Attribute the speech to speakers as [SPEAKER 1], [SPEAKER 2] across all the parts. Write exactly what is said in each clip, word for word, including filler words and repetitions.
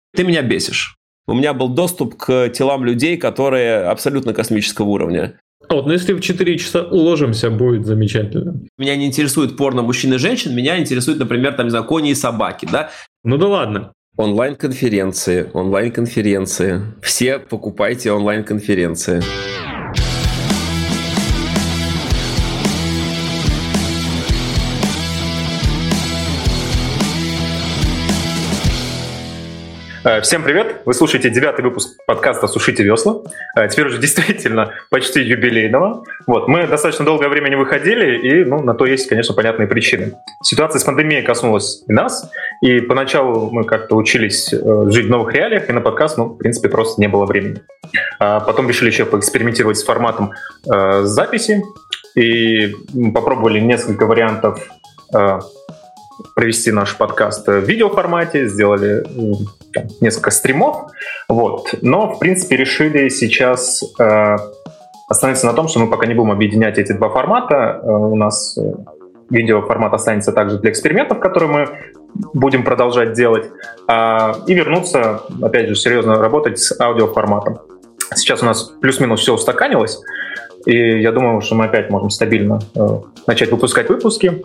[SPEAKER 1] Ты меня бесишь. У меня был доступ к телам людей, которые абсолютно космического уровня.
[SPEAKER 2] Вот, ну если в четыре часа уложимся, будет замечательно.
[SPEAKER 1] Меня не интересует порно мужчин и женщин, меня интересует, например, там, не знаю, кони и собаки, да?
[SPEAKER 2] Ну да ладно.
[SPEAKER 1] Онлайн-конференции, онлайн-конференции. Все покупайте онлайн-конференции.
[SPEAKER 3] Всем привет! Вы слушаете девятый выпуск подкаста «Сушите весла». Теперь уже действительно почти юбилейного. Вот. Мы достаточно долгое время не выходили, и ну, на то есть, конечно, понятные причины. Ситуация с пандемией коснулась и нас, и поначалу мы как-то учились жить в новых реалиях, и на подкаст, ну, в принципе, просто не было времени. А потом решили еще поэкспериментировать с форматом э, записи, и попробовали несколько вариантов э, провести наш подкаст в видеоформате, сделали там, несколько стримов, вот. Но, в принципе, решили сейчас э, остановиться на том, что мы пока не будем объединять эти два формата. Э, у нас видеоформат останется также для экспериментов, которые мы будем продолжать делать, э, и вернуться, опять же, серьезно работать с аудиоформатом. Сейчас у нас плюс-минус все устаканилось, и я думаю, что мы опять можем стабильно э, начать выпускать выпуски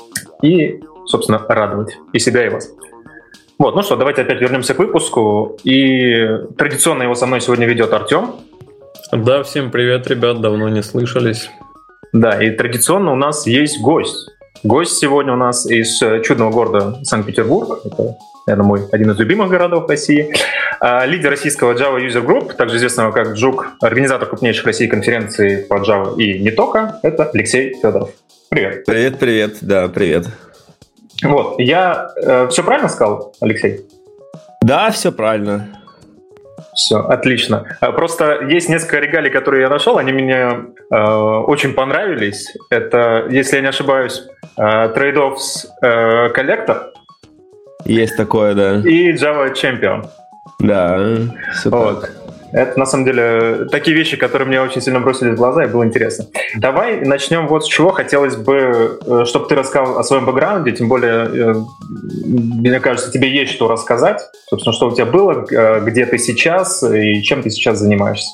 [SPEAKER 3] и, собственно, радовать и себя, и вас. Вот, ну что, давайте опять вернемся к выпуску. И традиционно его со мной сегодня ведет Артем.
[SPEAKER 2] Да, всем привет, ребят, давно не слышались.
[SPEAKER 3] Да, и традиционно у нас есть гость. Гость сегодня у нас из чудного города Санкт-Петербург. Это, наверное, мой один из любимых городов России. Лидер российского Java User Group, также известного как Жук, организатор крупнейших в России конференций по Java и не только, это Алексей Федоров. Привет.
[SPEAKER 1] Привет, привет, да, привет.
[SPEAKER 3] Вот, я э, все правильно сказал, Алексей?
[SPEAKER 1] Да, все правильно.
[SPEAKER 3] Все, отлично. Просто есть несколько регалий, которые я нашел, они мне э, очень понравились. Это, если я не ошибаюсь, э, Trade-offs э, Collector.
[SPEAKER 1] Есть такое, да.
[SPEAKER 3] И Java Champion.
[SPEAKER 1] Да, все
[SPEAKER 3] вот.
[SPEAKER 1] так.
[SPEAKER 3] Это, на самом деле, такие вещи, которые мне очень сильно бросились в глаза, и было интересно. Давай начнем вот с чего. Хотелось бы, чтобы ты рассказал о своем бэкграунде, тем более, мне кажется, тебе есть что рассказать. Собственно, что у тебя было, где ты сейчас и чем ты сейчас занимаешься.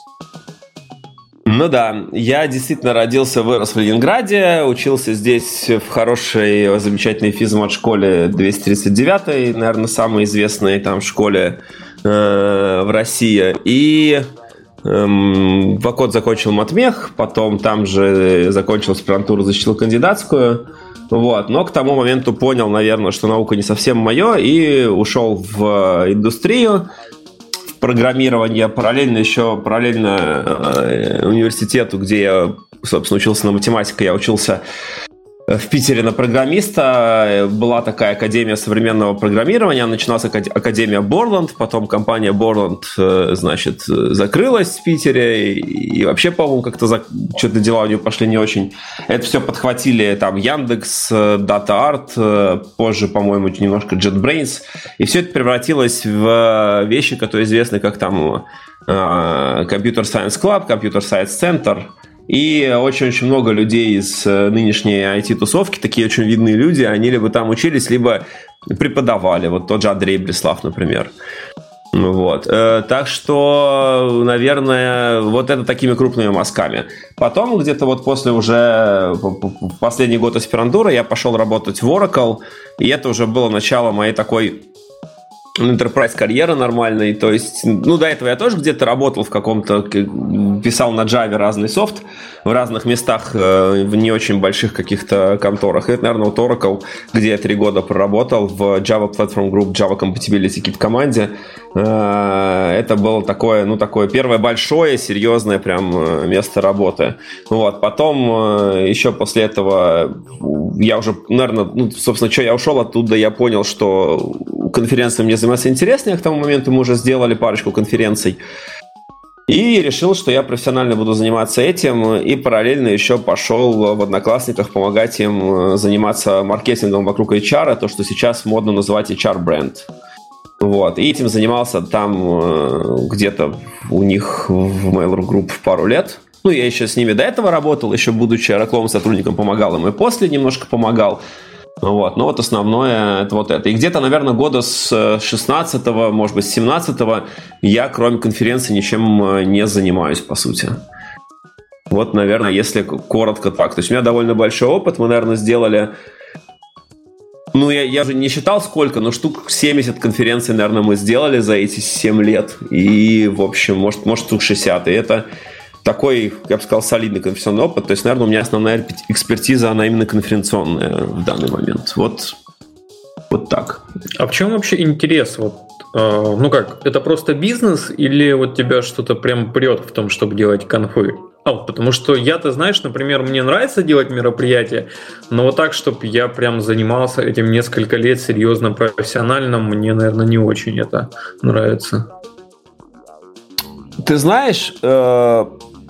[SPEAKER 1] Ну да, я действительно родился, вырос в Ленинграде, учился здесь в хорошей, замечательной физмат-школе двести тридцать девятой, наверное, самой известной там школе э, в России. И э, в ОКОТ закончил матмех, потом там же закончил аспирантуру, защитил кандидатскую. Вот. Но к тому моменту понял, наверное, что наука не совсем мое, и ушел в индустрию. Программирование, параллельно еще параллельно э, университету, где я, собственно, учился на математике, я учился в Питере на программиста. Была такая академия современного программирования, начиналась академия Borland, потом компания Borland, э, значит, закрылась в Питере, и вообще, по-моему, как-то за... что-то дела у нее пошли не очень. Это все подхватили там Яндекс, DataArt, позже, по-моему, немножко JetBrains, и все это превратилось в вещи, которые известны как там Computer Science Club, Computer Science Center. И очень-очень много людей из нынешней ай ти-тусовки, такие очень видные люди, они либо там учились, либо преподавали. Вот тот же Андрей Блеслав, например. Вот. Так что, наверное, вот это такими крупными мазками. Потом где-то вот после уже в последний год аспирантуры я пошел работать в Oracle, и это уже было начало моей такой enterprise карьера нормальной, то есть, ну, до этого я тоже где-то работал в каком-то, писал на Java разный софт в разных местах, в не очень больших каких-то конторах. И это, наверное, вот Oracle, где я три года проработал в Java Platform Group, Java Compatibility Kit команде. Это было такое, ну, такое первое большое, серьезное прям место работы. Вот. Потом еще после этого я уже, наверное, ну, собственно, что я ушел оттуда, я понял, что конференция мне заниматься интереснее. К тому моменту мы уже сделали парочку конференций. И решил, что я профессионально буду заниматься этим. И параллельно еще пошел в Одноклассниках помогать им заниматься маркетингом вокруг эйч ар, то, что сейчас модно называть эйч ар-бренд. Вот. И этим занимался там где-то у них в Mail.ru Group пару лет. Ну, я еще с ними до этого работал, еще будучи Oracle сотрудником, помогал им и после немножко помогал. Вот. Но вот основное это вот это. И где-то, наверное, года с шестнадцатого, может быть, с семнадцатого я, кроме конференции, ничем не занимаюсь, по сути. Вот, наверное, если коротко так. То есть у меня довольно большой опыт. Мы, наверное, сделали... Ну, я, я же не считал сколько, но штук семьдесят конференций, наверное, мы сделали за эти семь лет. И, в общем, может, может штук шестьдесят. И это... такой, я бы сказал, солидный конференционный опыт. То есть, наверное, у меня основная экспертиза, она именно конференционная в данный момент. Вот, вот так.
[SPEAKER 2] А в чем вообще интерес? Вот, э, ну как, это просто бизнес или вот тебя что-то прям прет в том, чтобы делать конфы? А, вот, потому что я-то, знаешь, например, мне нравится делать мероприятия, но вот так, чтобы я прям занимался этим несколько лет серьезно, профессионально, мне, наверное, не очень это нравится.
[SPEAKER 1] Ты знаешь... Э-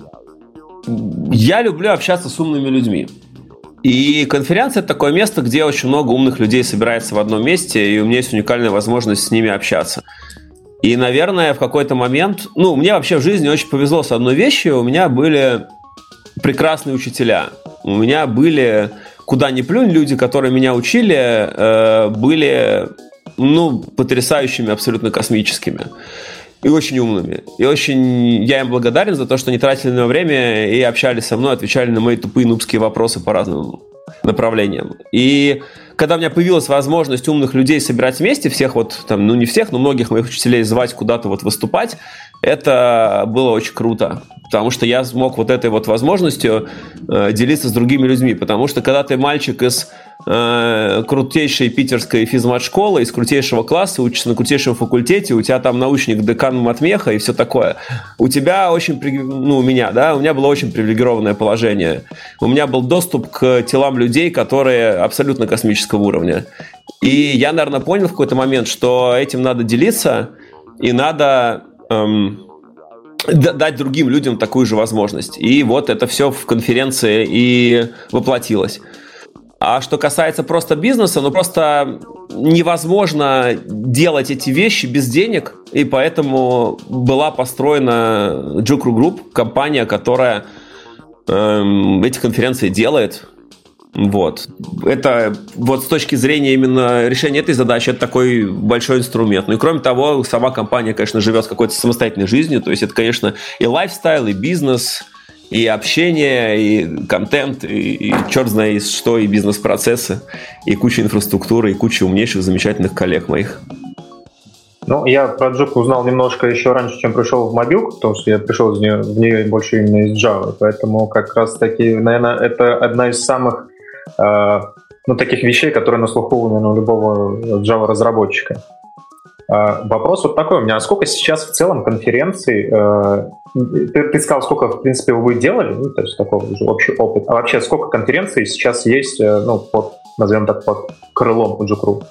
[SPEAKER 1] Я люблю общаться с умными людьми. И конференция – это такое место, где очень много умных людей собирается в одном месте, и у меня есть уникальная возможность с ними общаться. И, наверное, в какой-то момент... Ну, мне вообще в жизни очень повезло с одной вещью. У меня были прекрасные учителя. У меня были, куда ни плюнь, люди, которые меня учили, были, ну, потрясающими, абсолютно космическими. И очень умными. И очень я им благодарен за то, что они тратили на время и общались со мной, отвечали на мои тупые нубские вопросы по разным направлениям. И когда у меня появилась возможность умных людей собирать вместе, всех вот, там, ну не всех, но многих моих учителей звать куда-то вот выступать, это было очень круто. Потому что я смог вот этой вот возможностью э, делиться с другими людьми. Потому что когда ты мальчик из э, крутейшей питерской физмат-школы, из крутейшего класса, учишься на крутейшем факультете, у тебя там научник, декан матмеха и все такое. У тебя очень, ну у меня, да, у меня было очень привилегированное положение. У меня был доступ к телам людей, которые абсолютно космического уровня. И я, наверное, понял в какой-то момент, что этим надо делиться и надо... Эм, дать другим людям такую же возможность. И вот это все в конференции и воплотилось. А что касается просто бизнеса, ну просто невозможно делать эти вещи без денег, и поэтому была построена Джукру Group, компания, которая эм, эти конференции делает. Вот. Это вот с точки зрения именно решения этой задачи, это такой большой инструмент. Ну и кроме того, сама компания, конечно, живет какой-то самостоятельной жизнью. То есть это, конечно, и лайфстайл, и бизнес, и общение, и контент, и, и черт знает что, и бизнес-процессы, и куча инфраструктуры, и куча умнейших, замечательных коллег моих.
[SPEAKER 3] Ну, я про Джуку узнал немножко еще раньше, чем пришел в мобилку, потому что я пришел в нее, в нее больше именно из Java. Поэтому как раз-таки, наверное, это одна из самых э, ну, таких вещей, которые на слуху, наверное, у любого Java-разработчика. Э, вопрос вот такой у меня. А сколько сейчас в целом конференций... Э, ты, ты сказал, сколько, в принципе, вы делали, ну, то есть такой уже общий опыт. А вообще, сколько конференций сейчас есть, э, ну, под, назовем так, под крылом у Джукру?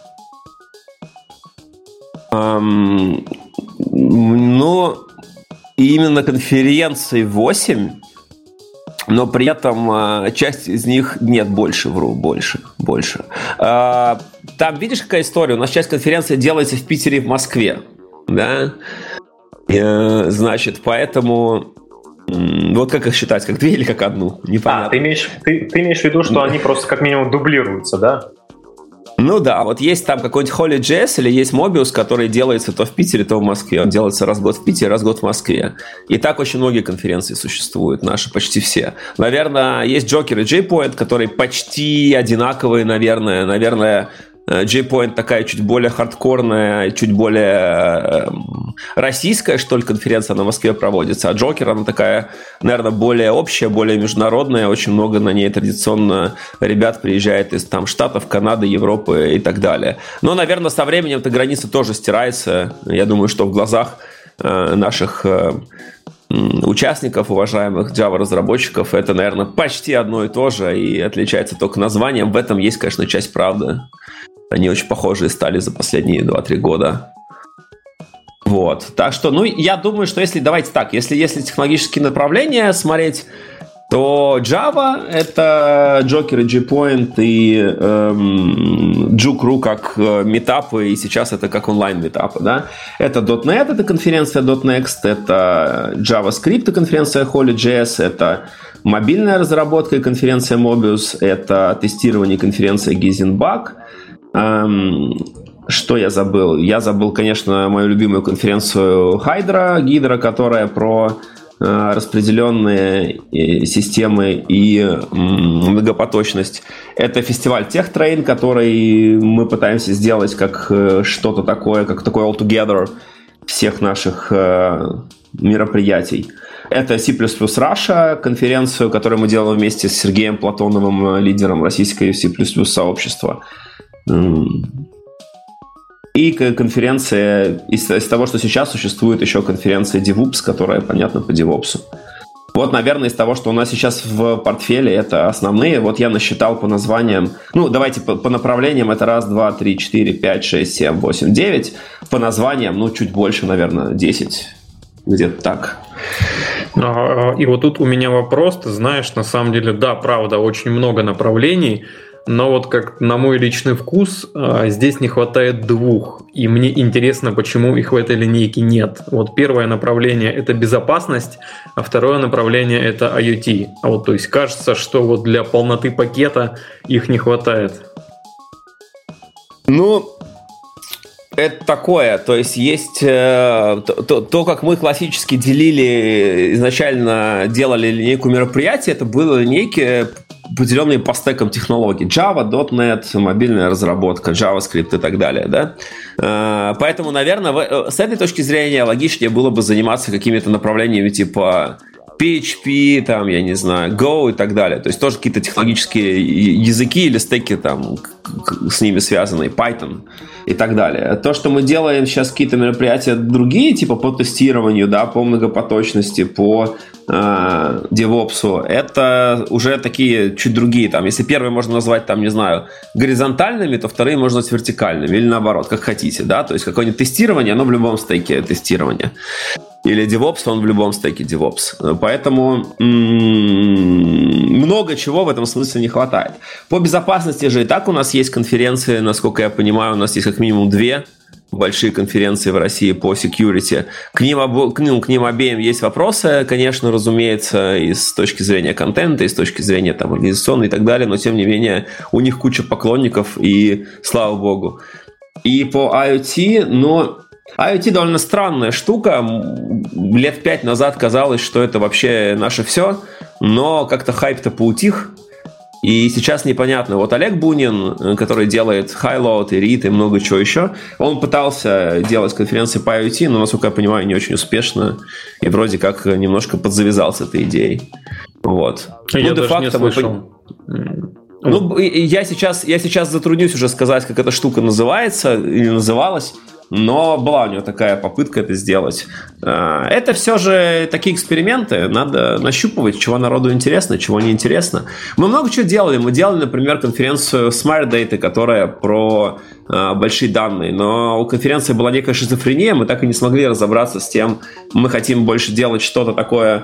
[SPEAKER 1] Um, но именно конференций восемь, но при этом uh, часть из них нет, больше, вру, больше, больше. Uh, там, видишь, какая история? У нас часть конференции делается в Питере и в Москве, да? Uh, значит, поэтому... Вот как их считать, как две или как одну? Непонятно.
[SPEAKER 3] А, ты имеешь, ты, ты имеешь в виду, что они просто как минимум дублируются, да?
[SPEAKER 1] Ну да, вот есть там какой-нибудь Holy.js или есть Mobius, который делается то в Питере, то в Москве. Он делается раз в год в Питере, раз в год в Москве. И так очень многие конференции существуют, наши почти все. Наверное, есть Joker и JPoint, которые почти одинаковые, наверное. Наверное, JPoint такая чуть более хардкорная, чуть более российская, что ли, конференция на Москве проводится. А Joker, она такая, наверное, более общая, более международная. Очень много на ней традиционно ребят приезжает из там, Штатов, Канады, Европы и так далее. Но, наверное, со временем эта граница тоже стирается. Я думаю, что в глазах наших участников, уважаемых Java-разработчиков, это, наверное, почти одно и то же и отличается только названием. В этом есть, конечно, часть правды. Они очень похожие стали за последние два-три года. Вот. Так что, ну, я думаю, что если, давайте так, если, если технологические направления смотреть, то Java — это Joker и JPoint и эм, Джукру как митапы, и сейчас это как онлайн-митапы, да. Это .дот нет, это конференция .next, это JavaScript, конференция Holy.js, это мобильная разработка и конференция Mobius, это тестирование и конференция Gizenbug. Что я забыл? Я забыл, конечно, мою любимую конференцию Hydra, Гидра, которая про распределенные системы и многопоточность. Это фестиваль TechTrain, который мы пытаемся сделать как что-то такое, как такой all-together всех наших мероприятий. Это C++ Russia, конференцию, которую мы делаем вместе с Сергеем Платоновым, лидером российского C++ сообщества. И конференция, из, из того, что сейчас существует, еще конференция DevOps, которая, понятно, по DevOps. Вот, наверное, из того, что у нас сейчас в портфеле, это основные. Вот я насчитал по названиям, ну, давайте по, по направлениям, это раз, два, три, четыре, пять, шесть, семь, восемь, девять. По названиям, ну, чуть больше, наверное, десять. Где-то так.
[SPEAKER 2] И вот тут у меня вопрос, ты знаешь, на самом деле, да, правда, очень много направлений, но вот как на мой личный вкус, здесь не хватает двух. И мне интересно, почему их в этой линейке нет. Вот первое направление — это безопасность, а второе направление — это IoT. А вот, то есть кажется, что вот для полноты пакета их не хватает.
[SPEAKER 1] Ну, это такое, то есть есть э, то, то, как мы классически делили, изначально делали линейку мероприятий, это были линейки, поделенные по стекам технологий. Java, .дот нет, мобильная разработка, JavaScript и так далее. Да? Э, поэтому, наверное, в, с этой точки зрения логичнее было бы заниматься какими-то направлениями типа пи эйч пи, там, я не знаю, Go и так далее. То есть тоже какие-то технологические языки или стеки там с ними связанные, Python и так далее. То, что мы делаем сейчас какие-то мероприятия другие, типа по тестированию, да, по многопоточности, по э, DevOps, это уже такие чуть другие. Там, если первые можно назвать, там, не знаю, горизонтальными, то вторые можно назвать вертикальными или наоборот, как хотите, да. То есть какое-нибудь тестирование, оно в любом стеке тестирование. Или DevOps, он в любом стеке DevOps. Поэтому м-м, много чего в этом смысле не хватает. По безопасности же и так у нас есть конференции, насколько я понимаю, у нас есть как минимум две большие конференции в России по security. К ним, обо... к ним, к ним обеим есть вопросы, конечно, разумеется, и с точки зрения контента, и с точки зрения там, организационной и так далее, но тем не менее у них куча поклонников, и слава богу. И по IoT, но... IoT довольно странная штука. Лет пять назад казалось, что это вообще наше все, но как-то хайп-то поутих, и сейчас непонятно. Вот Олег Бунин, который делает Highload и Read и много чего еще, он пытался делать конференции по IoT, но, насколько я понимаю, не очень успешно, и вроде как немножко подзавязал с этой идеей. Вот.
[SPEAKER 2] Я
[SPEAKER 1] ну,
[SPEAKER 2] даже не слышал.
[SPEAKER 1] Ну, я сейчас, я сейчас затруднюсь уже сказать, как эта штука называется или называлась, но была у него такая попытка это сделать. Это все же такие эксперименты. Надо нащупывать, чего народу интересно, чего не интересно. Мы много чего делали. Мы делали, например, конференцию Smart Data, которая про большие данные. Но у конференции была некая шизофрения. Мы так и не смогли разобраться с тем, мы хотим больше делать что-то такое,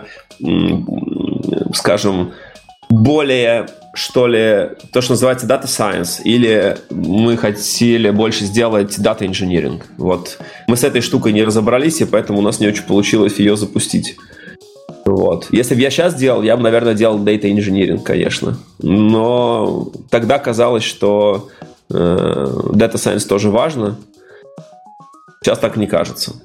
[SPEAKER 1] скажем, более, что ли, то, что называется data science, или мы хотели больше сделать data engineering. Вот. Мы с этой штукой не разобрались, и поэтому у нас не очень получилось ее запустить. Вот. Если бы я сейчас делал, я бы, наверное, делал data engineering, конечно. Но тогда казалось, что э, data science тоже важно. Сейчас так не кажется.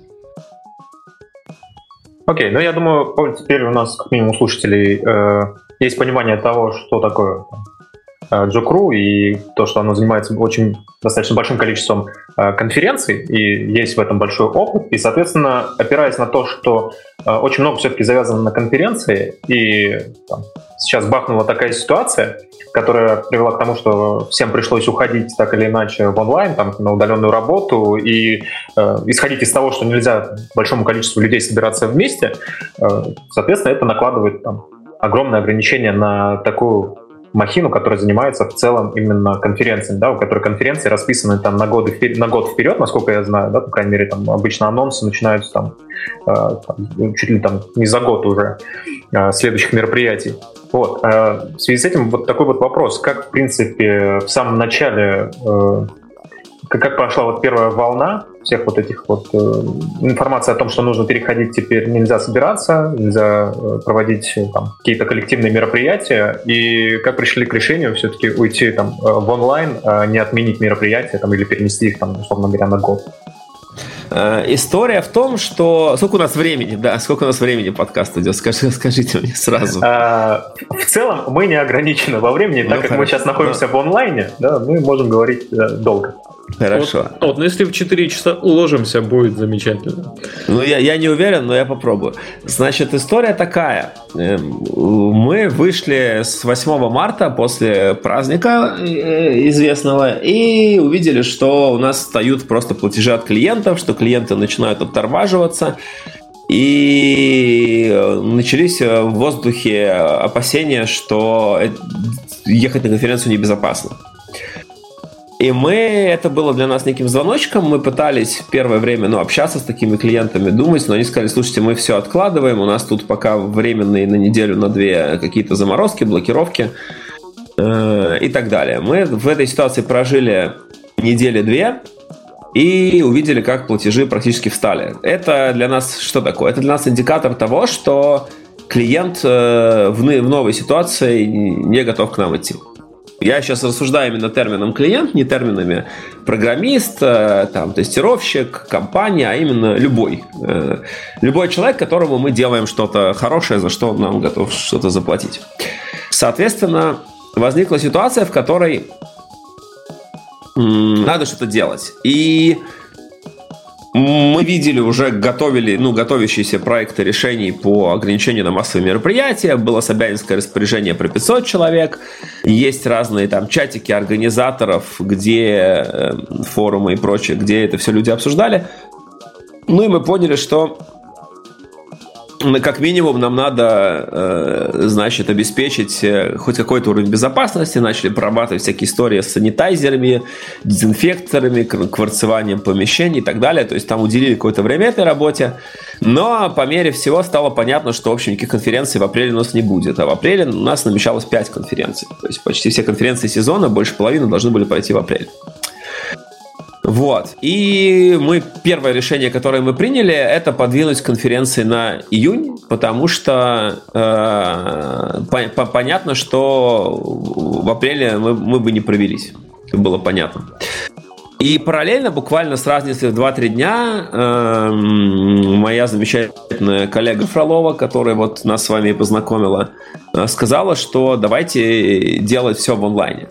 [SPEAKER 3] Окей, okay, ну я думаю, теперь у нас, как минимум, у слушателей э, есть понимание того, что такое Джокру и то, что оно занимается очень достаточно большим количеством э, конференций, и есть в этом большой опыт. И, соответственно, опираясь на то, что э, очень много все-таки завязано на конференции, и там, сейчас бахнула такая ситуация, которая привела к тому, что всем пришлось уходить так или иначе в онлайн, там, на удаленную работу, и э, исходить из того, что нельзя большому количеству людей собираться вместе, э, соответственно, это накладывает там, огромное ограничение на такую махину, которая занимается в целом именно конференциями, да, у которой конференции расписаны там на, годы вперед, на год вперед, насколько я знаю, да, по крайней мере, там обычно анонсы начинаются там, э, там чуть ли там не за год уже э, следующих мероприятий. Вот. Э, в связи с этим вот такой вот вопрос, как, в принципе, в самом начале, э, как, как прошла вот первая волна всех вот этих вот э, информации о том, что нужно переходить теперь, нельзя собираться, нельзя э, проводить там какие-то коллективные мероприятия, и как пришли к решению все-таки уйти там в онлайн, а не отменить мероприятия там, или перенести их, там, условно говоря, на год?
[SPEAKER 1] История в том, что... Сколько у нас времени, да, сколько у нас времени подкаст идет? Скажи, скажите мне сразу.
[SPEAKER 3] А, в целом мы не ограничены во времени, ну, так как хорошо. Мы сейчас находимся ну. в онлайне, да, мы можем говорить да, долго.
[SPEAKER 1] Хорошо.
[SPEAKER 2] Вот, вот, ну если в четыре часа уложимся, будет замечательно.
[SPEAKER 1] Ну, я, я не уверен, но я попробую. Значит, история такая. Мы вышли с восьмого марта после праздника известного и увидели, что у нас встают просто платежи от клиентов, что клиенты начинают оттормаживаться. И начались в воздухе опасения, что ехать на конференцию небезопасно. И мы, это было для нас неким звоночком, мы пытались первое время, ну, общаться с такими клиентами, думать, но они сказали, слушайте, мы все откладываем, у нас тут пока временные на неделю, на две какие-то заморозки, блокировки э, и так далее. Мы в этой ситуации прожили недели-две и увидели, как платежи практически встали. Это для нас что такое? Это для нас индикатор того, что клиент э, в, в новой ситуации не готов к нам идти. Я сейчас рассуждаю именно термином клиент, не терминами программист, там, тестировщик, компания, а именно любой. Любой человек, которому мы делаем что-то хорошее, за что он нам готов что-то заплатить. Соответственно, возникла ситуация, в которой надо что-то делать. И мы видели уже, готовили, ну, готовящиеся проекты решений по ограничению на массовые мероприятия. Было собянинское распоряжение про пятьсот человек. Есть разные там чатики организаторов, где э, форумы и прочее, где это все люди обсуждали. Ну и мы поняли, что как минимум нам надо, э, значит, обеспечить хоть какой-то уровень безопасности. Начали прорабатывать всякие истории с санитайзерами, дезинфекторами, кварцеванием помещений и так далее. То есть там уделили какое-то время этой работе. Но по мере всего стало понятно, что, в общем, никаких конференций в апреле у нас не будет. А в апреле у нас намечалось пять конференций. То есть почти все конференции сезона, больше половины, должны были пройти в апреле. Вот. И мы, первое решение, которое мы приняли, это подвинуть конференции на июнь, потому что э, по- понятно, что в апреле мы, мы бы не провелись. Это было понятно. И параллельно, буквально с разницей в два-три дня, э, моя замечательная коллега Фролова, которая вот нас с вами познакомила, сказала, что давайте делать все в онлайне.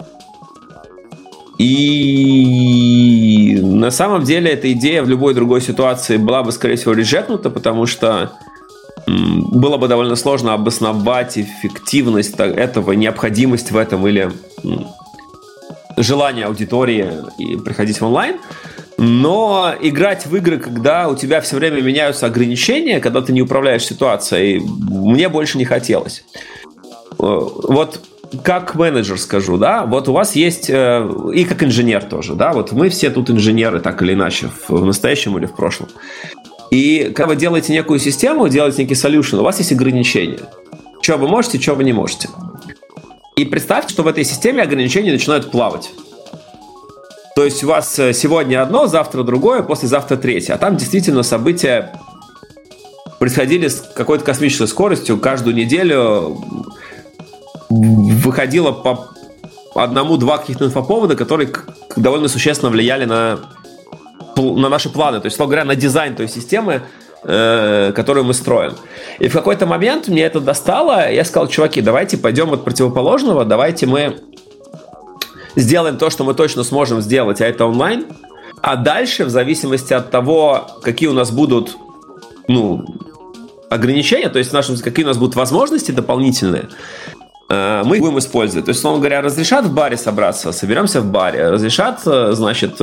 [SPEAKER 1] И на самом деле эта идея в любой другой ситуации была бы, скорее всего, реджектнута, потому что было бы довольно сложно обосновать эффективность этого, необходимость в этом или желание аудитории и приходить в онлайн. Но играть в игры, когда у тебя все время меняются ограничения, когда ты не управляешь ситуацией, мне больше не хотелось. Вот как менеджер скажу, да, вот у вас есть, э, и как инженер тоже, да, вот мы все тут инженеры, так или иначе, в, в настоящем или в прошлом. И когда вы делаете некую систему, делаете некий solution, у вас есть ограничения. Что вы можете, что вы не можете. И представьте, что в этой системе ограничения начинают плавать. То есть у вас сегодня одно, завтра другое, послезавтра третье. А там действительно события происходили с какой-то космической скоростью. Каждую неделю выходило по одному-два каких-то инфоповода, которые довольно существенно влияли на, на наши планы. То есть, словно говоря, на дизайн той системы, э, которую мы строим. И в какой-то момент мне это достало. Я сказал, чуваки, давайте пойдем от противоположного. Давайте мы сделаем то, что мы точно сможем сделать, а это онлайн. А дальше, в зависимости от того, какие у нас будут, ну, ограничения, то есть, какие у нас будут возможности дополнительные, мы будем использовать. То есть, условно говоря, разрешат в баре собраться, соберемся в баре. Разрешат, значит,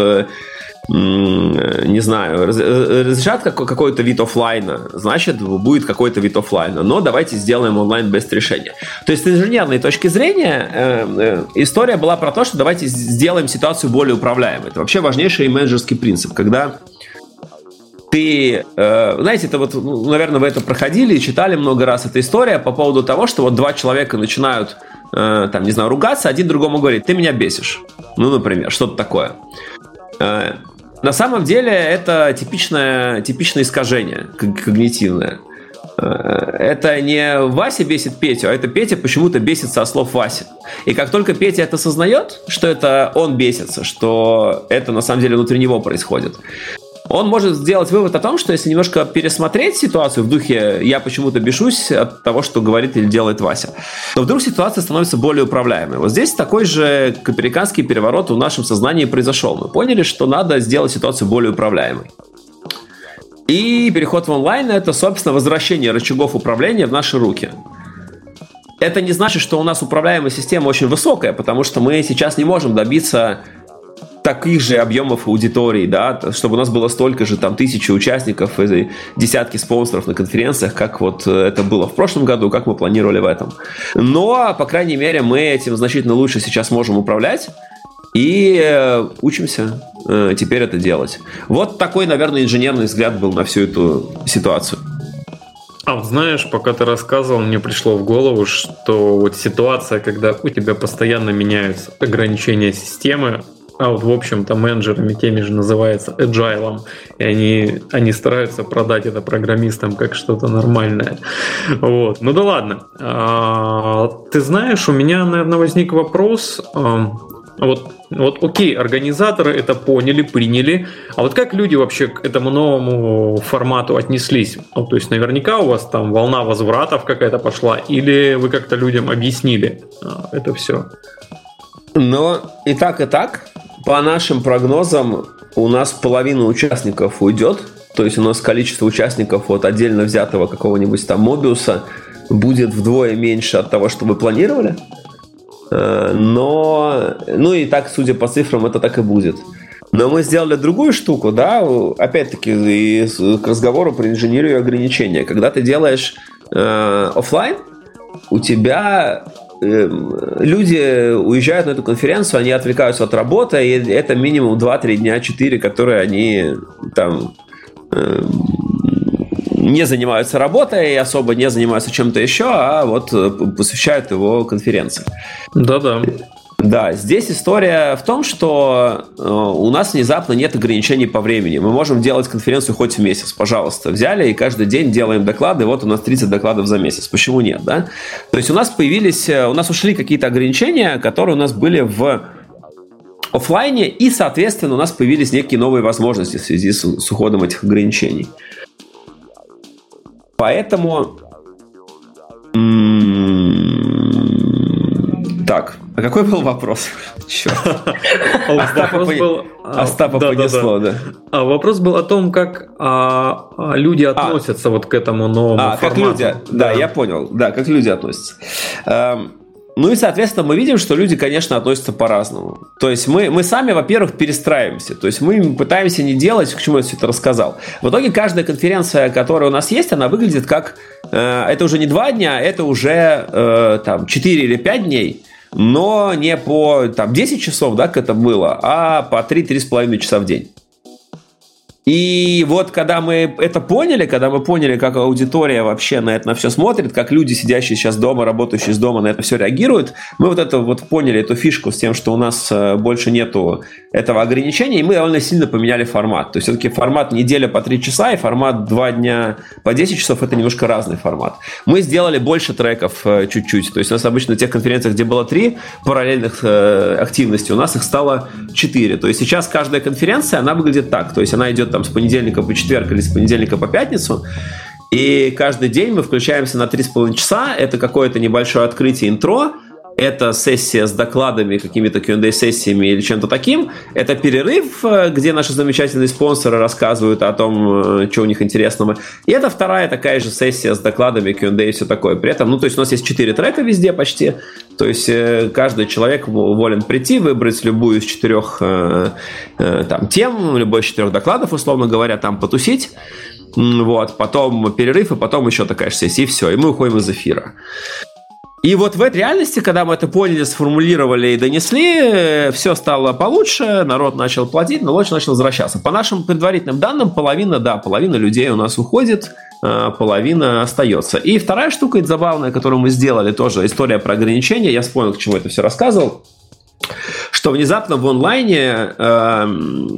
[SPEAKER 1] не знаю, разрешат какой-то вид офлайна, значит, будет какой-то вид офлайна. Но давайте сделаем онлайн без решения. То есть, с инженерной точки зрения, история была про то, что давайте сделаем ситуацию более управляемой. Это вообще важнейший менеджерский принцип, когда ты, э, знаете, это вот, ну, наверное, вы это проходили и читали много раз. Эта история по поводу того, что вот два человека начинают, э, там, не знаю, ругаться, один другому говорит, ты меня бесишь. Ну, например, что-то такое. Э, на самом деле это типичное, типичное искажение когнитивное. Это не Вася бесит Петю, а это Петя почему-то бесит со слов Васи. И как только Петя это осознает, что это он бесится, что это на самом деле внутри него происходит, он может сделать вывод о том, что если немножко пересмотреть ситуацию в духе «я почему-то бешусь от того, что говорит или делает Вася», то вдруг ситуация становится более управляемой. Вот здесь такой же коперниканский переворот в нашем сознании произошел. Мы поняли, что надо сделать ситуацию более управляемой. И переход в онлайн – это, собственно, возвращение рычагов управления в наши руки. Это не значит, что у нас управляемая система очень высокая, потому что мы сейчас не можем добиться таких же объемов аудитории, да, чтобы у нас было столько же, там, тысячи участников и десятки спонсоров на конференциях, как вот это было в прошлом году, как мы планировали в этом. Но, по крайней мере, мы этим значительно лучше сейчас можем управлять и э, учимся э, теперь это делать. Вот такой, наверное, инженерный взгляд был на всю эту ситуацию.
[SPEAKER 2] А вот знаешь, пока ты рассказывал, мне пришло в голову, что вот ситуация, когда у тебя постоянно меняются ограничения системы, а вот, в общем-то, менеджерами теми же называется agile, и они, они стараются продать это программистам как что-то нормальное. Вот. Ну да ладно. А, ты знаешь, у меня, наверное, возник вопрос. А, вот, вот окей, организаторы это поняли, приняли, а вот как люди вообще к этому новому формату отнеслись? Ну, то есть наверняка у вас там волна возвратов какая-то пошла, или вы как-то людям объяснили а, это все?
[SPEAKER 1] Но и так, и так. По нашим прогнозам у нас половина участников уйдет. То есть у нас количество участников от отдельно взятого какого-нибудь там Мобиуса будет вдвое меньше от того, что вы планировали. Но, ну и так, судя по цифрам, это так и будет. Но мы сделали другую штуку, да, опять-таки и к разговору про инженерию и ограничения. Когда ты делаешь э, офлайн, у тебя люди уезжают на эту конференцию, они отвлекаются от работы, и это минимум два-три дня, четыре, которые они там э, не занимаются работой, особо не занимаются чем-то еще, а вот посвящают его конференции.
[SPEAKER 2] Да-да.
[SPEAKER 1] Да, здесь история в том, что э, у нас внезапно нет ограничений по времени. Мы можем делать конференцию хоть в месяц, пожалуйста. Взяли и каждый день делаем доклады, вот у нас тридцать докладов за месяц. Почему нет, да? То есть у нас появились, у нас ушли какие-то ограничения, которые у нас были в офлайне, и, соответственно, у нас появились некие новые возможности в связи с, с уходом этих ограничений. Поэтому... Так, а какой был вопрос? Черт. Остапа понесло, да.
[SPEAKER 2] А вопрос был о том, как люди относятся вот к этому новому формату.
[SPEAKER 1] А, как люди, да, я понял, да, как люди относятся. Ну и, соответственно, мы видим, что люди, конечно, относятся по-разному. То есть мы, мы сами, во-первых, перестраиваемся. То есть мы пытаемся не делать, к чему я все это рассказал. В итоге каждая конференция, которая у нас есть, она выглядит как... Э, это уже не два дня, это уже э, там, четыре или пять дней, но не по там, десять часов, да, как это было, а по три-три с половиной часа в день. И вот когда мы это поняли, когда мы поняли, как аудитория вообще на это на все смотрит, как люди, сидящие сейчас дома, работающие из дома, на это все реагируют, мы вот это вот поняли, эту фишку с тем, что у нас больше нету этого ограничения, и мы довольно сильно поменяли формат. То есть все-таки формат неделя по три часа и формат два дня по десять часов – это немножко разный формат. Мы сделали больше треков чуть-чуть. То есть у нас обычно на тех конференциях, где было три параллельных активности, у нас их стало четыре. То есть сейчас каждая конференция, она выглядит так. То есть она идет там с понедельника по четверг или с понедельника по пятницу, и каждый день мы включаемся на три с половиной часа, это какое-то небольшое открытие интро, это сессия с докладами, какими-то кью энд эй-сессиями или чем-то таким, это перерыв, где наши замечательные спонсоры рассказывают о том, что у них интересного, и это вторая такая же сессия с докладами, кью энд эй и все такое. При этом, ну, то есть у нас есть четыре трека везде почти, то есть каждый человек волен прийти, выбрать любую из четырех э, э, там, тем, любой из четырех докладов, условно говоря, там потусить, вот, потом перерыв, и потом еще такая же сессия, и все, и мы уходим из эфира. И вот в этой реальности, когда мы это поняли, сформулировали и донесли, все стало получше, народ начал платить, народ начал возвращаться. По нашим предварительным данным, половина, да, половина людей у нас уходит, половина остается. И вторая штука забавная, которую мы сделали, тоже история про ограничения, я вспомнил, к чему это все рассказывал, что что внезапно в онлайне э,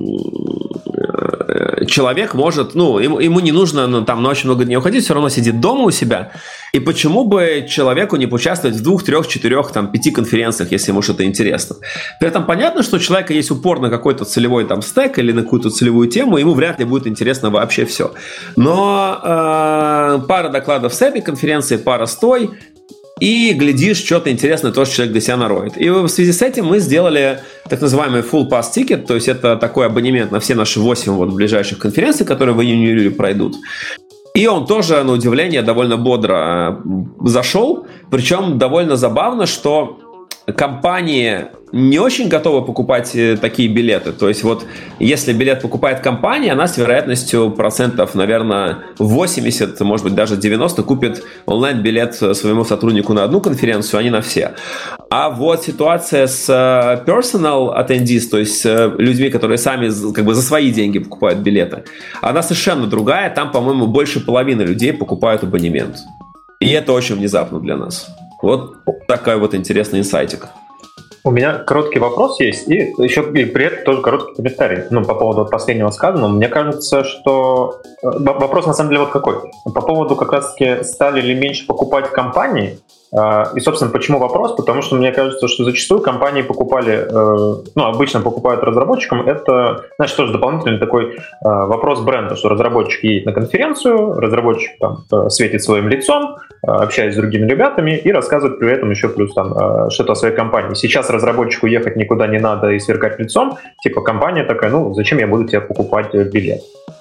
[SPEAKER 1] человек может, ну, ему, ему не нужно ну, там на очень много дней уходить, все равно сидит дома у себя. И почему бы человеку не поучаствовать в двух, трех, четырех, там, пяти конференциях, если ему что-то интересно? При этом понятно, что у человека есть упор на какой-то целевой там стек или на какую-то целевую тему, ему вряд ли будет интересно вообще все. Но э, пара докладов с этой конференции, пара с той, и глядишь, что-то интересное тоже человек для себя нароет. И в связи с этим мы сделали так называемый full pass ticket, то есть это такой абонемент на все наши восемь вот ближайших конференций, которые в июне-июле пройдут. И он тоже, на удивление, довольно бодро зашел. Причем довольно забавно, что компании не очень готовы покупать такие билеты. То есть вот если билет покупает компания, она с вероятностью процентов, наверное, восемьдесят, может быть, даже девяносто купит онлайн-билет своему сотруднику на одну конференцию, а не на все. А вот ситуация с personal attendees, то есть с людьми, которые сами как бы за свои деньги покупают билеты, она совершенно другая. Там, по-моему, больше половины людей покупают абонемент. И это очень внезапно для нас. Вот такой вот интересный инсайтик.
[SPEAKER 3] У меня короткий вопрос есть, и еще и при этом тоже короткий комментарий. Ну, по поводу последнего сказанного. Мне кажется, что... Вопрос на самом деле вот какой. По поводу как раз-таки стали ли меньше покупать компании. И, собственно, почему вопрос? Потому что мне кажется, что зачастую компании покупали, ну, обычно покупают разработчикам. Это, знаешь, тоже дополнительный такой вопрос бренда, что разработчик едет на конференцию, разработчик там светит своим лицом, общаясь с другими ребятами и рассказывает при этом еще плюс там что-то о своей компании. Сейчас разработчику ехать никуда не надо и сверкать лицом. Типа компания такая, ну, зачем я буду тебе покупать билет?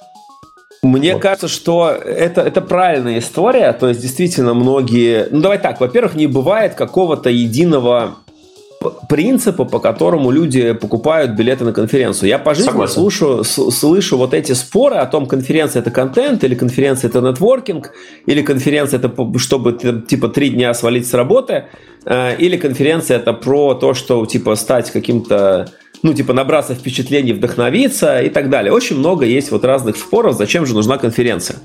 [SPEAKER 1] Мне
[SPEAKER 3] вот.
[SPEAKER 1] кажется, что это, это правильная история. То есть, действительно, многие... Ну, давай так. Во-первых, не бывает какого-то единого принципа, по которому люди покупают билеты на конференцию. Я по жизни слушаю, слышу вот эти споры о том, конференция – это контент, или конференция – это нетворкинг, или конференция – это чтобы типа три дня свалить с работы, или конференция – это про то, что типа стать каким-то... ну, типа, набраться впечатлений, вдохновиться и так далее. Очень много есть вот разных споров, зачем же нужна конференция.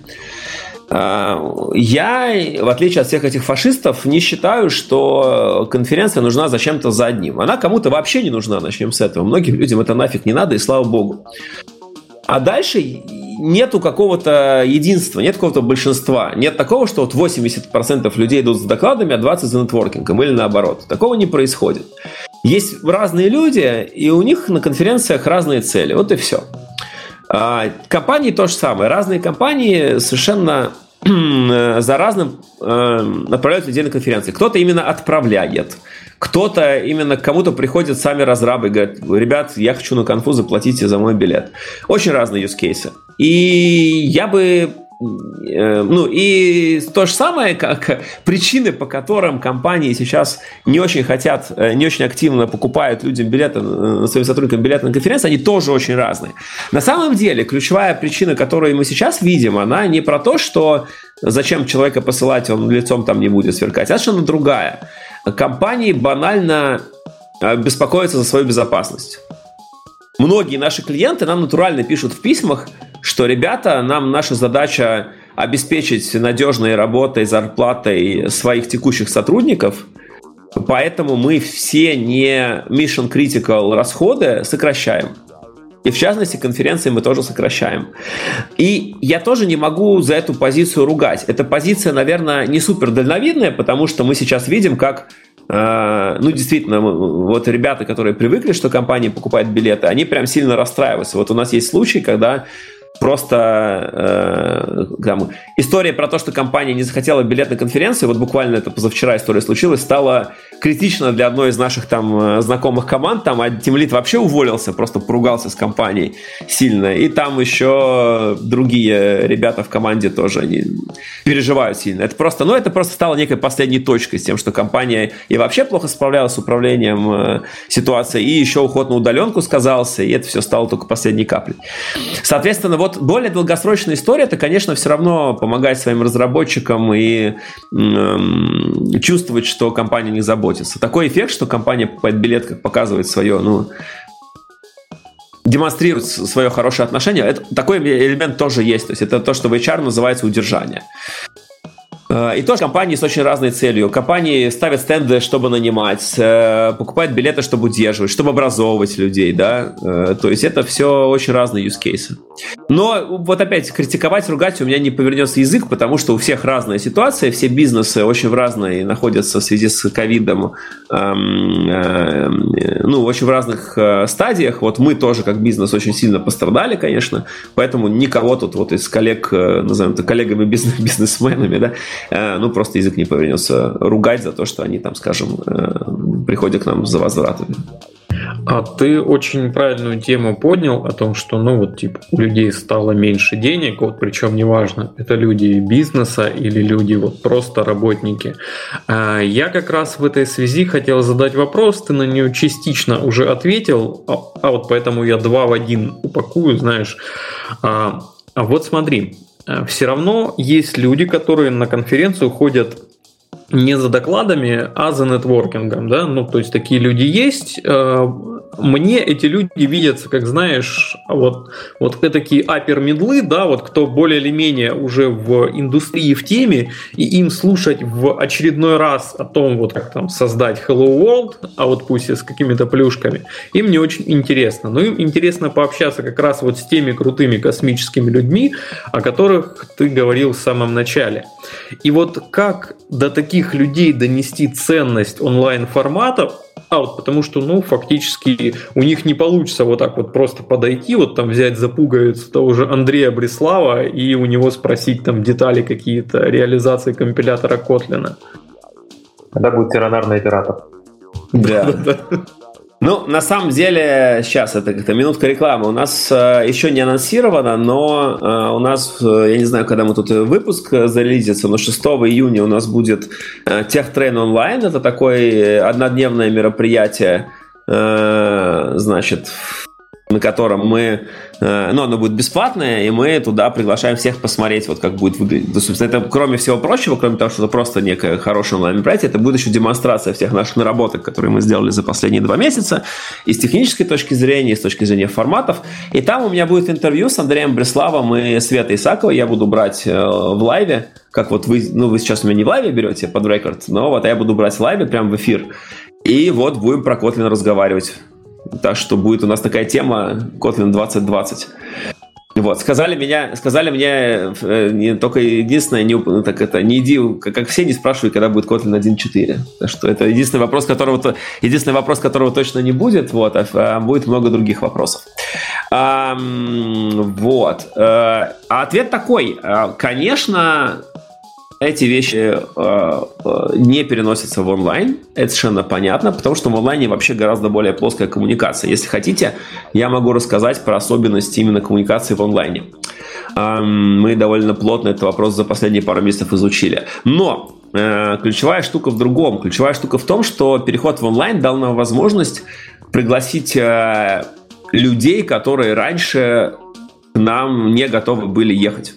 [SPEAKER 1] Я, в отличие от всех этих фашистов, не считаю, что конференция нужна зачем-то за одним. Она кому-то вообще не нужна, начнем с этого. Многим людям это нафиг не надо, и слава богу. А дальше нету какого-то единства, нет какого-то большинства. Нет такого, что вот восемьдесят процентов людей идут с докладами, а двадцать процентов за нетворкингом, или наоборот. Такого не происходит. Есть разные люди, и у них на конференциях разные цели. Вот и все. Компании то же самое. Разные компании совершенно за разным направляют людей на конференции. Кто-то именно отправляет, кто-то именно к кому-то приходят сами разрабы и говорят: ребят, я хочу на конфу, заплатите за мой билет. Очень разные use cases. И я бы... Ну, и то же самое, как причины, по которым компании сейчас не очень хотят, не очень активно покупают людям билеты, своим сотрудникам билеты на конференции, они тоже очень разные. На самом деле, ключевая причина, которую мы сейчас видим, она не про то, что зачем человека посылать, он лицом там не будет сверкать, а совершенно другая. Компании банально беспокоятся за свою безопасность. Многие наши клиенты нам натурально пишут в письмах, что, ребята, нам наша задача обеспечить надежной работой, зарплатой своих текущих сотрудников, поэтому мы все не mission critical расходы сокращаем. И в частности, конференции мы тоже сокращаем. И я тоже не могу за эту позицию ругать. Эта позиция, наверное, не супер дальновидная, потому что мы сейчас видим, как ну, действительно, вот ребята, которые привыкли, что компания покупает билеты, они прям сильно расстраиваются. Вот у нас есть случай, когда просто э, там, история про то, что компания не захотела билет на конференцию, вот буквально это позавчера история случилась, стала критично для одной из наших там знакомых команд, там, а тимлид вообще уволился, просто поругался с компанией сильно, и там еще другие ребята в команде тоже они переживают сильно. Это просто, ну, это просто стало некой последней точкой с тем, что компания и вообще плохо справлялась с управлением э, ситуацией, и еще уход на удаленку сказался, и это все стало только последней каплей. Соответственно, вот более долгосрочная история, это, конечно, все равно помогать своим разработчикам и э, чувствовать, что компания не заботится. Такой эффект, что компания покупает билет, как показывает свое, ну, демонстрирует свое хорошее отношение. Это, такой элемент тоже есть. То есть это то, что в эйч ар называется удержание. И тоже компании с очень разной целью. Компании ставят стенды, чтобы нанимать, покупают билеты, чтобы удерживать, чтобы образовывать людей, да. То есть это все очень разные use cases. Но вот опять критиковать, ругать у меня не повернется язык, потому что у всех разная ситуация, все бизнесы очень в разной находятся в связи с ковидом, ну, очень в разных стадиях. Вот мы тоже как бизнес очень сильно пострадали, конечно, поэтому никого тут вот из коллег, назовем это коллегами бизнесменами, да, ну, просто язык не повернется ругать за то, что они там, скажем, приходят к нам за возвратами.
[SPEAKER 2] А ты очень правильную тему поднял о том, что, ну, вот, типа, у людей стало меньше денег, вот, причем неважно, это люди бизнеса или люди, вот, просто работники. Я как раз в этой связи хотел задать вопрос, ты на нее частично уже ответил, а вот поэтому я два в один упакую, знаешь. А вот смотри, все равно есть люди, которые на конференцию ходят не за докладами, а за нетворкингом, да, ну, то есть такие люди есть. Мне эти люди видятся, как, знаешь, вот, вот такие апер-медлы, да, вот кто более или менее уже в индустрии, в теме, и им слушать в очередной раз о том, вот как там создать Hello World, а вот пусть и с какими-то плюшками, им не очень интересно. Но им интересно пообщаться как раз вот с теми крутыми космическими людьми, о которых ты говорил в самом начале. И вот как до таких людей донести ценность онлайн-форматов, а вот потому что, ну, фактически у них не получится вот так вот просто подойти, вот там взять за пуговицу того же Андрея Бреслава и у него спросить там детали какие-то реализации компилятора Kotlin.
[SPEAKER 3] Когда будет тиранарный оператор.
[SPEAKER 1] Да. Ну, на самом деле, сейчас это как-то минутка рекламы. У нас э, еще не анонсировано, но э, у нас, э, я не знаю, когда мы тут выпуск зарелизится, но шестого июня у нас будет э, TechTrain онлайн. Это такое однодневное мероприятие, э, значит, на котором мы, э, ну, оно будет бесплатное, и мы туда приглашаем всех посмотреть, вот как будет выглядеть. Собственно, это, кроме всего прочего, кроме того, что это просто некое хорошее онлайн-мероприятие, это будет еще демонстрация всех наших наработок, которые мы сделали за последние два месяца, и с технической точки зрения, и с точки зрения форматов. И там у меня будет интервью с Андреем Бреславом и Светой Исаковой, я буду брать э, в лайве, как вот вы, ну, вы сейчас у меня не в лайве берете под рекорд, но вот я буду брать в лайве прямо в эфир. И вот будем про Kotlin разговаривать. Так что будет у нас такая тема Kotlin двадцать двадцать. Вот, сказали меня, сказали мне не только единственное, не, так это, не иди, как, как все, не спрашивай, когда будет Kotlin один точка четыре. Так что это единственный вопрос, которого, единственный вопрос, которого точно не будет, вот, а, а будет много других вопросов. А, вот. А ответ такой. Конечно, эти вещи э, э, не переносятся в онлайн, это совершенно понятно, потому что в онлайне вообще гораздо более плоская коммуникация. Если хотите, я могу рассказать про особенности именно коммуникации в онлайне. Э, мы довольно плотно этот вопрос за последние пару месяцев изучили. Но э, ключевая штука в другом. Ключевая штука в том, что переход в онлайн дал нам возможность пригласить э, людей, которые раньше к нам не готовы были ехать.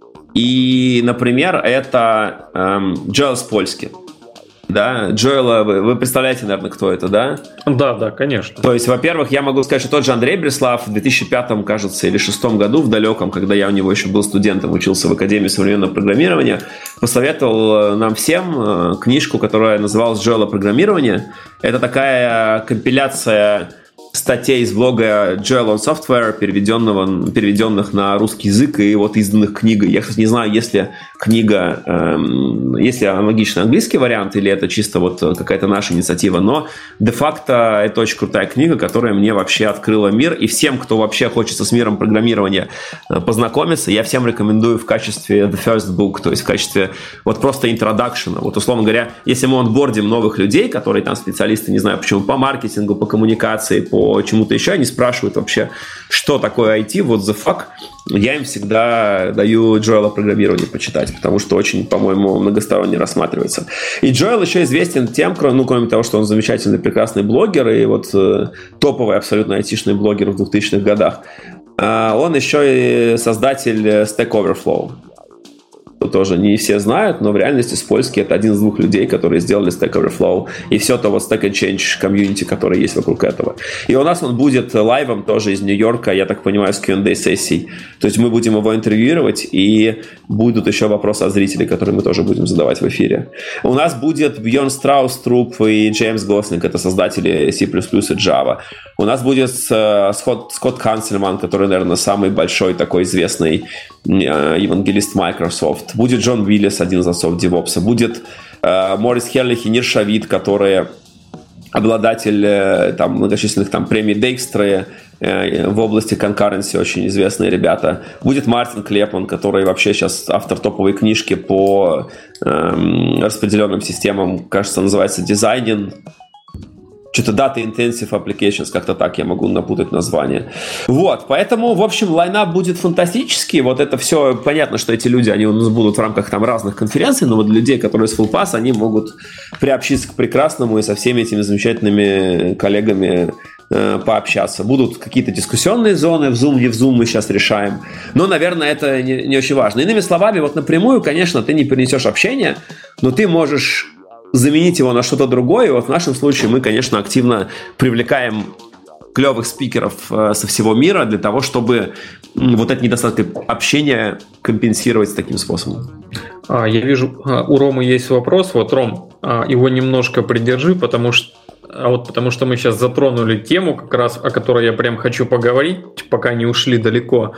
[SPEAKER 1] И, например, это эм, Джоэл Спольски. Да, Джоэла, вы, вы представляете, наверное, кто это, да?
[SPEAKER 2] Да, да, конечно.
[SPEAKER 1] То есть, во-первых, я могу сказать, что тот же Андрей Бреслав в две тысячи пятом, кажется, или две тысячи шестом году, в далеком, когда я у него еще был студентом, учился в Академии современного программирования, посоветовал нам всем книжку, которая называлась «Джоэла программирование». Это такая компиляция статей из блога Joel on Software, переведенного, переведенных на русский язык и вот изданных книгой. Я, кстати, не знаю, есть ли книга, эм, есть ли аналогичный английский вариант, или это чисто вот какая-то наша инициатива, но де-факто это очень крутая книга, которая мне вообще открыла мир, и всем, кто вообще хочется с миром программирования познакомиться, я всем рекомендую в качестве the first book, то есть в качестве вот просто introduction. Вот, условно говоря, если мы онбордим новых людей, которые там специалисты, не знаю почему, по маркетингу, по коммуникации, по чему-то еще, они спрашивают вообще, что такое ай ти, what the fuck, я им всегда даю Джоэла программирование почитать, потому что очень, по-моему, многосторонне рассматривается. И Джоэл еще известен тем, ну, кроме того, что он замечательный, прекрасный блогер и вот э, топовый абсолютно айтишный блогер в двухтысячных годах, э, он еще и создатель Stack Overflow. тоже не все знают, но в реальности Спольский — это один из двух людей, которые сделали Stack Overflow и все то вот Stack and Change комьюнити, которое есть вокруг этого. И у нас он будет лайвом тоже из Нью-Йорка, я так понимаю, с кью энд эй-сессией. То есть мы будем его интервьюировать, и будут еще вопросы от зрителей, которые мы тоже будем задавать в эфире. У нас будет Бьорн Страус-Труп и Джеймс Гослинг, это создатели C++ и Java. У нас будет Скотт, Скотт Хансельман, который, наверное, самый большой такой известный евангелист Microsoft. Будет Джон Уиллис, один из отцов DevOps. Будет э, Морис Херлих и Нир Шавид, которые обладатель э, там, многочисленных там, премий Дейкстра э, в области concurrency, очень известные ребята. Будет Мартин Клепман, который вообще сейчас автор топовой книжки по э, распределенным системам, кажется, называется «Designing». Что-то Data Intensive Applications, как-то так я могу напутать название. Вот, поэтому, в общем, лайнап будет фантастический. Вот это все, понятно, что эти люди, они у нас будут в рамках там разных конференций, но вот для людей, которые с Full Pass, они могут приобщиться к прекрасному и со всеми этими замечательными коллегами э, пообщаться. Будут какие-то дискуссионные зоны, в Zoom, не в Zoom мы сейчас решаем. Но, наверное, это не, не очень важно. Иными словами, вот напрямую, конечно, ты не перенесешь общение, но ты можешь заменить его на что-то другое. И вот в нашем случае мы, конечно, активно привлекаем клевых спикеров э, со всего мира для того, чтобы вот это недостаток общения компенсировать таким способом.
[SPEAKER 2] А, я вижу, у Ромы есть вопрос. Вот, Ром, его немножко придержи, потому что А вот потому что мы сейчас затронули тему, как раз о которой я прям хочу поговорить, пока не ушли далеко.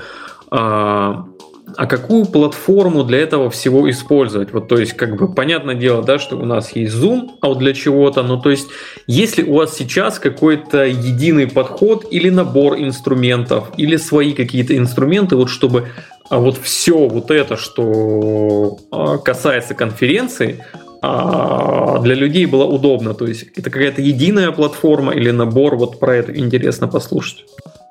[SPEAKER 2] А, а какую платформу для этого всего использовать? Вот, то есть, как бы, понятное дело, да, что у нас есть Zoom, а вот для чего-то, ну, то есть, если у вас сейчас какой-то единый подход или набор инструментов, или свои какие-то инструменты, вот, чтобы а вот все вот это, что касается конференции, для людей было удобно, то есть, это какая-то единая платформа или набор, вот про это интересно послушать.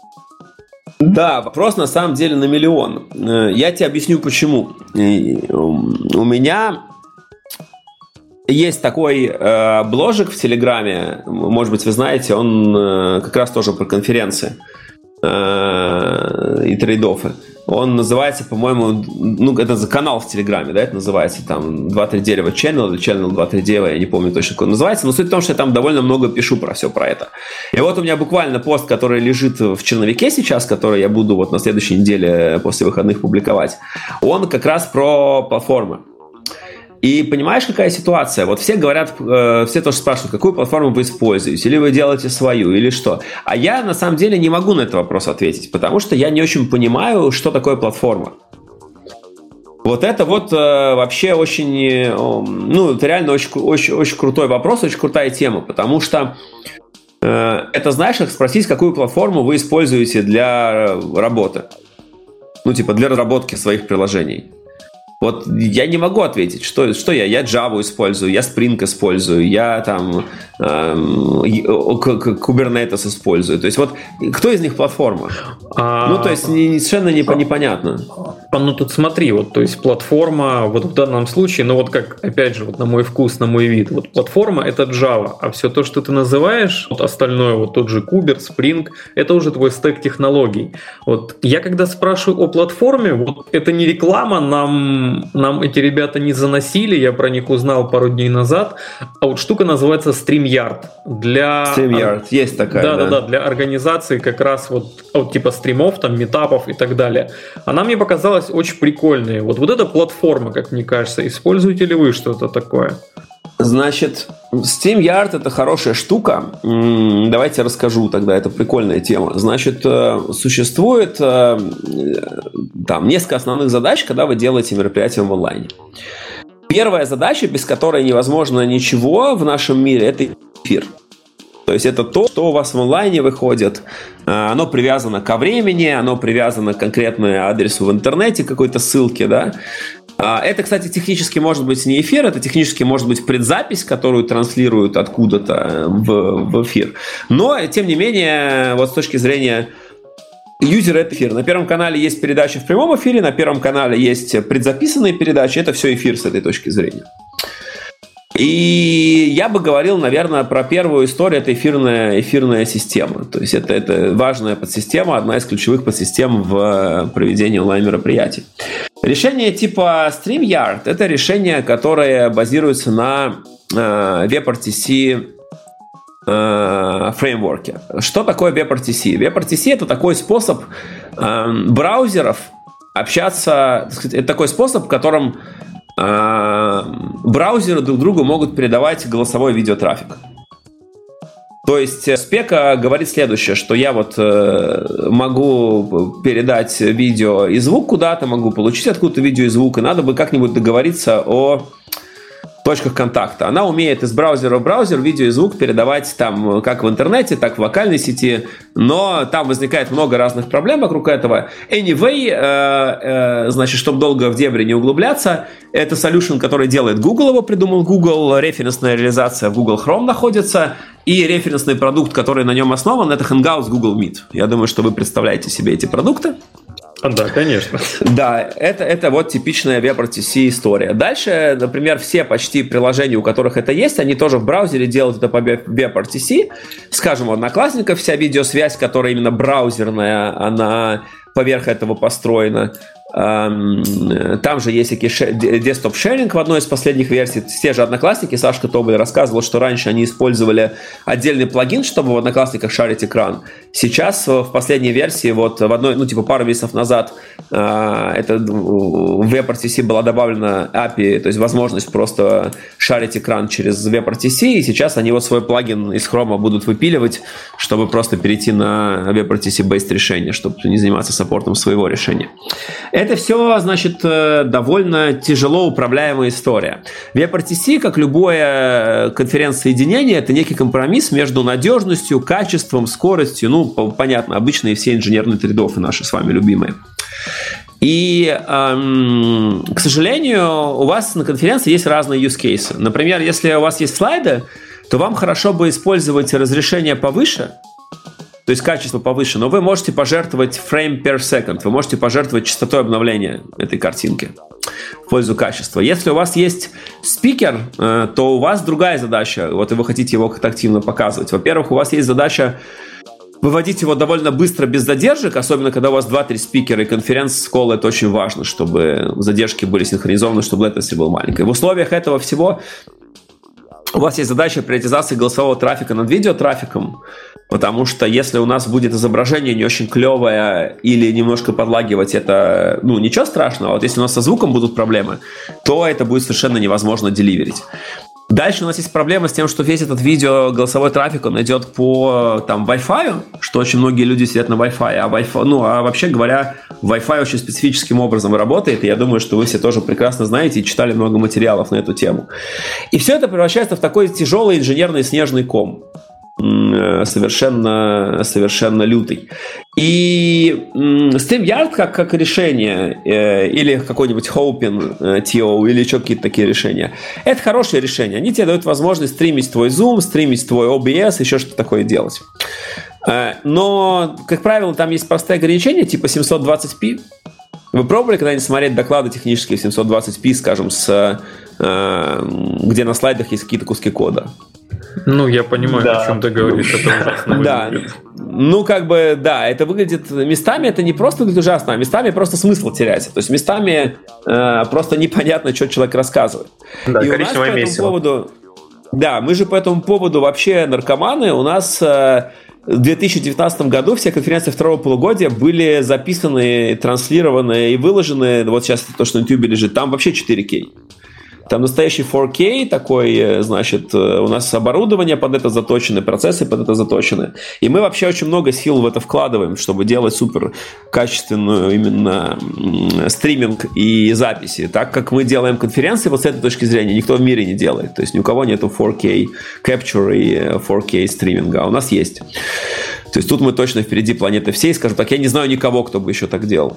[SPEAKER 1] Да, вопрос на самом деле на миллион. Я тебе объясню почему. У меня есть такой э, бложик в Телеграме, может быть, вы знаете, он э, как раз тоже про конференции э, и трейд-оффы. Он называется, по-моему, ну, это за канал в Телеграме, да, это называется там два-три дерева channel или channel два-три дерева, я не помню точно, как он называется, но суть в том, что я там довольно много пишу про все про это. И вот у меня буквально пост, который лежит в черновике сейчас, который я буду вот на следующей неделе после выходных публиковать, он как раз про платформы. И понимаешь, какая ситуация? Вот все говорят, э, все тоже спрашивают, какую платформу вы используете, или вы делаете свою, или что. А я на самом деле не могу на этот вопрос ответить, потому что я не очень понимаю, что такое платформа. Вот это вот э, вообще очень, э, ну, это реально очень, очень, очень крутой вопрос, очень крутая тема, потому что э, это, знаешь, как спросить, какую платформу вы используете для работы. Ну, типа, для разработки своих приложений. Вот я не могу ответить, что, что я. Я Java использую, я Spring использую, я там эм, Kubernetes использую. То есть вот кто из них платформа? А... Ну, то есть не, совершенно не, непонятно.
[SPEAKER 2] Ну, тут смотри, вот, то есть платформа, вот в данном случае, ну вот как, опять же, вот на мой вкус, на мой вид, вот платформа — это Java, а все то, что ты называешь, вот остальное, вот тот же Kuber, Spring, это уже твой стек технологий. Вот я когда спрашиваю о платформе, вот это не реклама, нам Нам эти ребята не заносили, я про них узнал пару дней назад. А вот штука называется StreamYard. Для...
[SPEAKER 1] StreamYard, есть такая,
[SPEAKER 2] да,
[SPEAKER 1] да.
[SPEAKER 2] Да, да, для организации как раз вот, вот типа стримов, там, митапов и так далее. Она мне показалась очень прикольной. Вот, вот эта платформа, как мне кажется, используете ли вы что-то такое?
[SPEAKER 1] Значит, StreamYard — это хорошая штука. Давайте расскажу тогда, это прикольная тема. Значит, существует там несколько основных задач, когда вы делаете мероприятие в онлайне. Первая задача, без которой невозможно ничего в нашем мире, это эфир. То есть это то, что у вас в онлайне выходит. Оно привязано ко времени, оно привязано к конкретному адресу в интернете, какой-то ссылке, да. Это, кстати, технически может быть не эфир, это технически может быть предзапись, которую транслируют откуда-то в, в эфир. Но, тем не менее, вот с точки зрения юзера, это эфир. На Первом канале есть передачи в прямом эфире, на Первом канале есть предзаписанные передачи, это все эфир с этой точки зрения. И я бы говорил, наверное, про первую историю, это эфирная, эфирная система. То есть это, это важная подсистема, одна из ключевых подсистем в проведении онлайн-мероприятий. Решение типа StreamYard – это решение, которое базируется на э, WebRTC э, фреймворке. Что такое WebRTC? WebRTC – это такой способ э, браузеров общаться, это такой способ, в котором э, браузеры друг другу могут передавать голосовой видеотрафик. То есть спека говорит следующее, что я вот э, могу передать видео и звук куда-то, могу получить откуда-то видео и звук, и надо бы как-нибудь договориться о точках контакта. Она умеет из браузера в браузер видео и звук передавать там как в интернете, так в локальной сети, но там возникает много разных проблем вокруг этого. Anyway, э, э, значит, чтобы долго в дебри не углубляться, это solution, который делает Google, его придумал Google, референсная реализация в Google Chrome находится, и референсный продукт, который на нем основан, это Hangouts Google Meet. Я думаю, что вы представляете себе эти продукты.
[SPEAKER 2] Да, конечно.
[SPEAKER 1] Да, это, это вот типичная WebRTC история. Дальше, например, все почти приложения, у которых это есть, они тоже в браузере делают это по WebRTC. Скажем, у Одноклассников вся видеосвязь, которая именно браузерная, она поверх этого построена. Там же есть десктоп-шеринг в одной из последних версий. Те же Одноклассники, Сашка Тоболь рассказывал, что раньше они использовали отдельный плагин, чтобы в Одноклассниках шарить экран. Сейчас в последней версии, вот в одной, ну типа пару месяцев назад, это в WebRTC была добавлена эй пи ай, то есть возможность просто шарить экран через WebRTC, и сейчас они вот свой плагин из Chrome будут выпиливать, чтобы просто перейти на WebRTC-based решение, чтобы не заниматься саппортом своего решения. Это все, значит, довольно тяжело управляемая история. WebRTC, как любое конференц-соединение, это некий компромисс между надежностью, качеством, скоростью, ну, понятно, обычные все инженерные трейд-оффы наши с вами любимые. И, эм, к сожалению, у вас на конференции есть разные use cases. Например, если у вас есть слайды, то вам хорошо бы использовать разрешение повыше, то есть качество повыше, но вы можете пожертвовать frame per second, вы можете пожертвовать частотой обновления этой картинки в пользу качества. Если у вас есть спикер, то у вас другая задача, вот и вы хотите его как-то активно показывать. Во-первых, у вас есть задача выводить его довольно быстро, без задержек, особенно когда у вас два-три спикера и конференц-колл, это очень важно, чтобы задержки были синхронизованы, чтобы latency был маленький. В условиях этого всего у вас есть задача приоритизации голосового трафика над видеотрафиком, потому что если у нас будет изображение не очень клевое или немножко подлагивать, это, ну, ничего страшного. А вот если у нас со звуком будут проблемы, то это будет совершенно невозможно деливерить. Дальше у нас есть проблема с тем, что весь этот видео голосовой трафик, он идет по там Wi-Fi, что очень многие люди сидят на Wi-Fi, а Wi-Fi, ну, а вообще говоря, Wi-Fi очень специфическим образом работает, и я думаю, что вы все тоже прекрасно знаете и читали много материалов на эту тему. И все это превращается в такой тяжелый инженерный снежный ком. Совершенно, совершенно лютый. И StreamYard как, как решение, э, или какой-нибудь Hopin э, ти о, или еще какие-то такие решения, это хорошее решение. Они тебе дают возможность стримить твой Zoom, стримить твой о би эс, еще что-то такое делать. Э, но, как правило, там есть простые ограничения, типа семьсот двадцать пи. Вы пробовали когда-нибудь смотреть доклады технические в семьсот двадцать пи, скажем, с, э, где на слайдах есть какие-то куски кода?
[SPEAKER 2] Ну, я понимаю,
[SPEAKER 3] да.
[SPEAKER 2] о чем ты говоришь. Это ужасно.
[SPEAKER 1] Да, ну, как бы, да, это выглядит... Местами это не просто выглядит ужасно, а местами просто смысл теряется. То есть местами э, просто непонятно, что человек рассказывает.
[SPEAKER 3] Да,
[SPEAKER 1] и у нас по этому
[SPEAKER 3] месиво.
[SPEAKER 1] поводу... Да, мы же по этому поводу вообще наркоманы. У нас... Э, в две тысячи девятнадцатом году все конференции второго полугодия были записаны, транслированы и выложены. Вот сейчас то, что на YouTube лежит, там вообще четыре кей. Там настоящий фор кей такой, значит, у нас оборудование под это заточено, процессы под это заточены. И мы вообще очень много сил в это вкладываем, чтобы делать супер качественную именно стриминг и записи. Так как мы делаем конференции, вот с этой точки зрения никто в мире не делает. То есть ни у кого нету фор кей capture и фор кей стриминга, а у нас есть. То есть тут мы точно впереди планеты всей. Скажу так, я не знаю никого, кто бы еще так делал.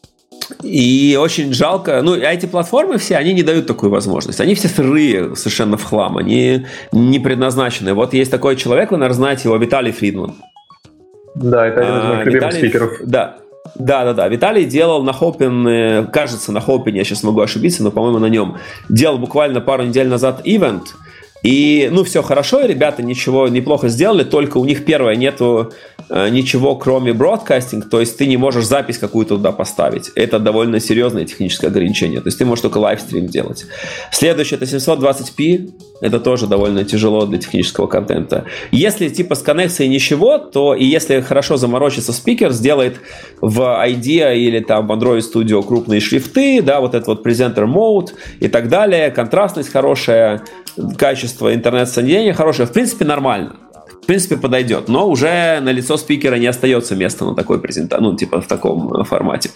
[SPEAKER 1] И очень жалко, ну, эти платформы все, они не дают такую возможность. Они все сырые, совершенно в хлам, они не предназначены. Вот есть такой человек, вы, наверное, знаете его, Виталий Фридман.
[SPEAKER 3] Да, это один из моих а, любимых
[SPEAKER 1] Виталий,
[SPEAKER 3] спикеров.
[SPEAKER 1] Да, да, да, да. Виталий делал на Hopin, кажется, на Hopin, я сейчас могу ошибиться, но, по-моему, на нем. Делал буквально пару недель назад ивент. И, ну, все хорошо, ребята ничего неплохо сделали, только у них, первое, нету ничего, кроме бродкастинг, то есть ты не можешь запись какую-то туда поставить. Это довольно серьезное техническое ограничение. То есть ты можешь только лайвстрим делать. Следующее это семьсот двадцать пи. Это тоже довольно тяжело для технического контента. Если типа с коннекцией ничего, то и если хорошо заморочится спикер, сделает в IDEA или там в Android Studio крупные шрифты, да, вот этот вот presenter mode и так далее, контрастность хорошая, качество интернет-соединения хорошее, в принципе нормально. В принципе, подойдет, но уже на лицо спикера не остается места на такой презентации, ну, типа в таком формате.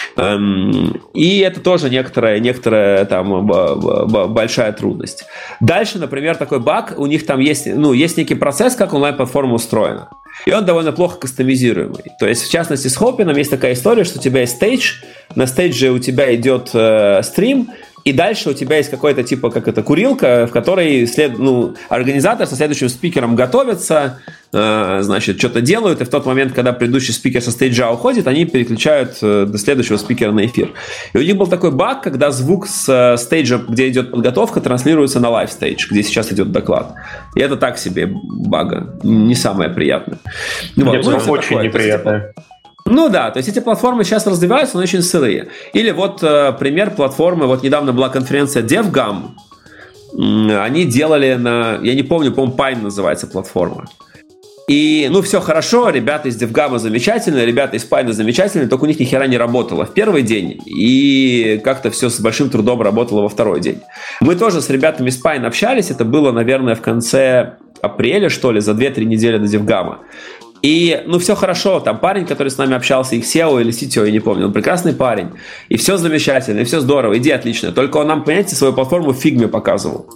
[SPEAKER 1] И это тоже некоторая, некоторая там большая трудность. Дальше, например, такой баг, у них там есть, ну, есть некий процесс, как онлайн-платформа устроена. И он довольно плохо кастомизируемый. То есть, в частности, с Hopin есть такая история, что у тебя есть стейдж, на стейдже у тебя идет э, стрим, и дальше у тебя есть какой-то типа, как это, курилка, в которой след, ну, организатор со следующим спикером готовится, э, значит, что-то делают, и в тот момент, когда предыдущий спикер со стейджа уходит, они переключают э, до следующего спикера на эфир. И у них был такой баг, когда звук с э, стейджа, где идет подготовка, транслируется на лайв-стейдж, где сейчас идет доклад. И это так себе бага, не самое приятное.
[SPEAKER 3] Вот. Нет, ну, очень неприятное.
[SPEAKER 1] Ну да, то есть эти платформы сейчас развиваются, но очень сырые. Или вот э, пример платформы, вот недавно была конференция DevGam, они делали на, я не помню, по-моему, Pine называется платформа. И, ну, все хорошо, ребята из DevGam замечательные, ребята из Pine замечательные, только у них ни хера не работало в первый день, и как-то все с большим трудом работало во второй день. Мы тоже с ребятами из Pine общались, это было, наверное, в конце апреля, что ли, за две-три недели до DevGam. И, ну, все хорошо, там парень, который с нами общался, их си и о или си ти о, я не помню, он прекрасный парень, и все замечательно, и все здорово, идея отличная, только он нам, понимаете, свою платформу в фигме показывал.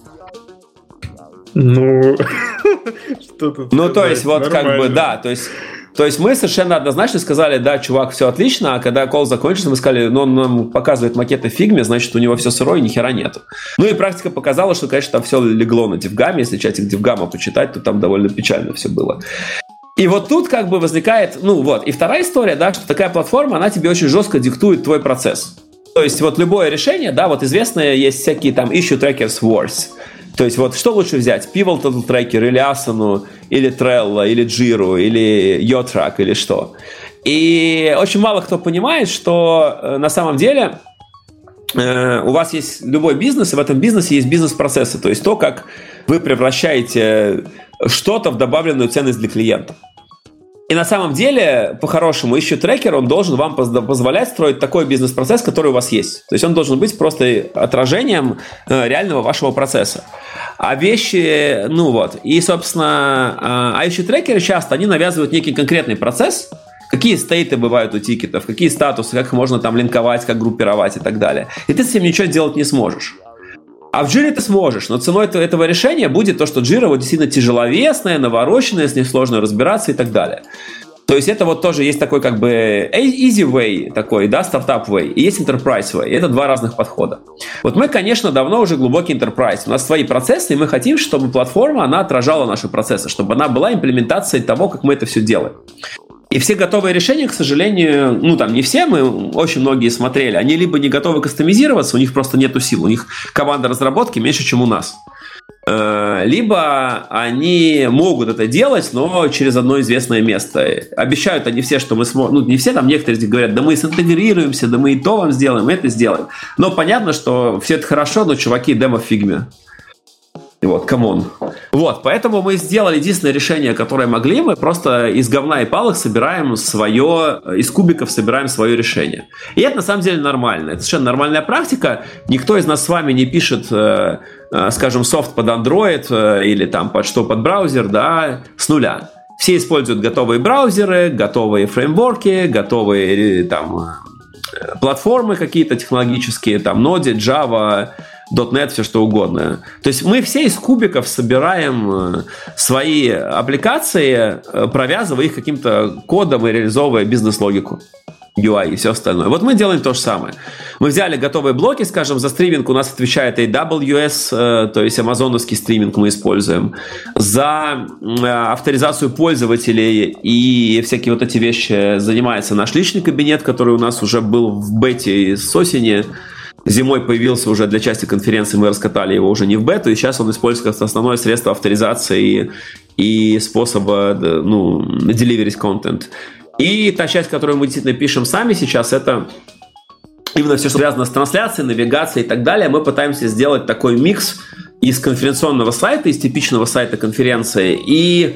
[SPEAKER 2] Ну, что тут
[SPEAKER 1] Ну, то есть, вот как бы, да, то есть... То есть мы совершенно однозначно сказали, да, чувак, все отлично, а когда колл закончился, мы сказали, ну, он нам показывает макеты в фигме, значит, у него все сырое, ни хера нету. Ну и практика показала, что, конечно, там все легло на DevGam, если чатик DevGam почитать, то там довольно печально все было. И вот тут как бы возникает, ну вот, и вторая история, да, что такая платформа, она тебе очень жестко диктует твой процесс. То есть вот любое решение, да, вот известные есть всякие там issue trackers wars. То есть вот что лучше взять, Pivotal Tracker или Asana, или Trello, или Jira, или YoTrack, или что. И очень мало кто понимает, что э, на самом деле э, у вас есть любой бизнес, и в этом бизнесе есть бизнес-процессы. То есть то, как вы превращаете что-то в добавленную ценность для клиента. И на самом деле, по-хорошему, issue tracker, он должен вам позволять строить такой бизнес-процесс, который у вас есть. То есть он должен быть просто отражением э, реального вашего процесса. А вещи, ну вот, и, собственно, а issue трекеры часто, они навязывают некий конкретный процесс, какие стейты бывают у тикетов, какие статусы, как их можно там линковать, как группировать и так далее. И ты с этим ничего делать не сможешь. А в Jira ты сможешь, но ценой этого решения будет то, что Jira вот действительно тяжеловесная, навороченная, с ней сложно разбираться и так далее. То есть это вот тоже есть такой как бы easy way такой, да, стартап way, и есть enterprise way. Это два разных подхода. Вот мы, конечно, давно уже глубокий enterprise. У нас свои процессы, и мы хотим, чтобы платформа, она отражала наши процессы, чтобы она была имплементацией того, как мы это все делаем. И все готовые решения, к сожалению, ну там не все, мы очень многие смотрели, они либо не готовы кастомизироваться, у них просто нету сил, у них команда разработки меньше, чем у нас. Либо они могут это делать, но через одно известное место. Обещают они все, что мы сможем, ну не все, там некоторые говорят, да мы синтегрируемся, да мы и то вам сделаем, и это сделаем. Но понятно, что все это хорошо, но чуваки, демо в фигме. Вот, камон. Вот, поэтому мы сделали единственное решение, которое могли, мы просто из говна и палок собираем свое, из кубиков собираем свое решение. И это на самом деле нормально, это совершенно нормальная практика. Никто из нас с вами не пишет, э, э, скажем, софт под Android э, или там под что, под браузер, да, с нуля. Все используют готовые браузеры, готовые фреймворки, готовые там платформы какие-то технологические, там Node, Java, .NET, все что угодно. То есть мы все из кубиков собираем свои аппликации, провязывая их каким-то кодом и реализовывая бизнес-логику, ю ай и все остальное. Вот мы делаем то же самое. Мы взяли готовые блоки, скажем, за стриминг у нас отвечает эй дабл ю эс, то есть амазоновский стриминг мы используем. За авторизацию пользователей и всякие вот эти вещи занимается наш личный кабинет, который у нас уже был в бете с осени. Зимой появился уже для части конференции, мы раскатали его уже не в бету, и сейчас он используется как основное средство авторизации и способа, ну, деливерить контент. И та часть, которую мы действительно пишем сами сейчас, это именно все, что связано с трансляцией, навигацией и так далее. Мы пытаемся сделать такой микс из конференционного сайта, из типичного сайта конференции и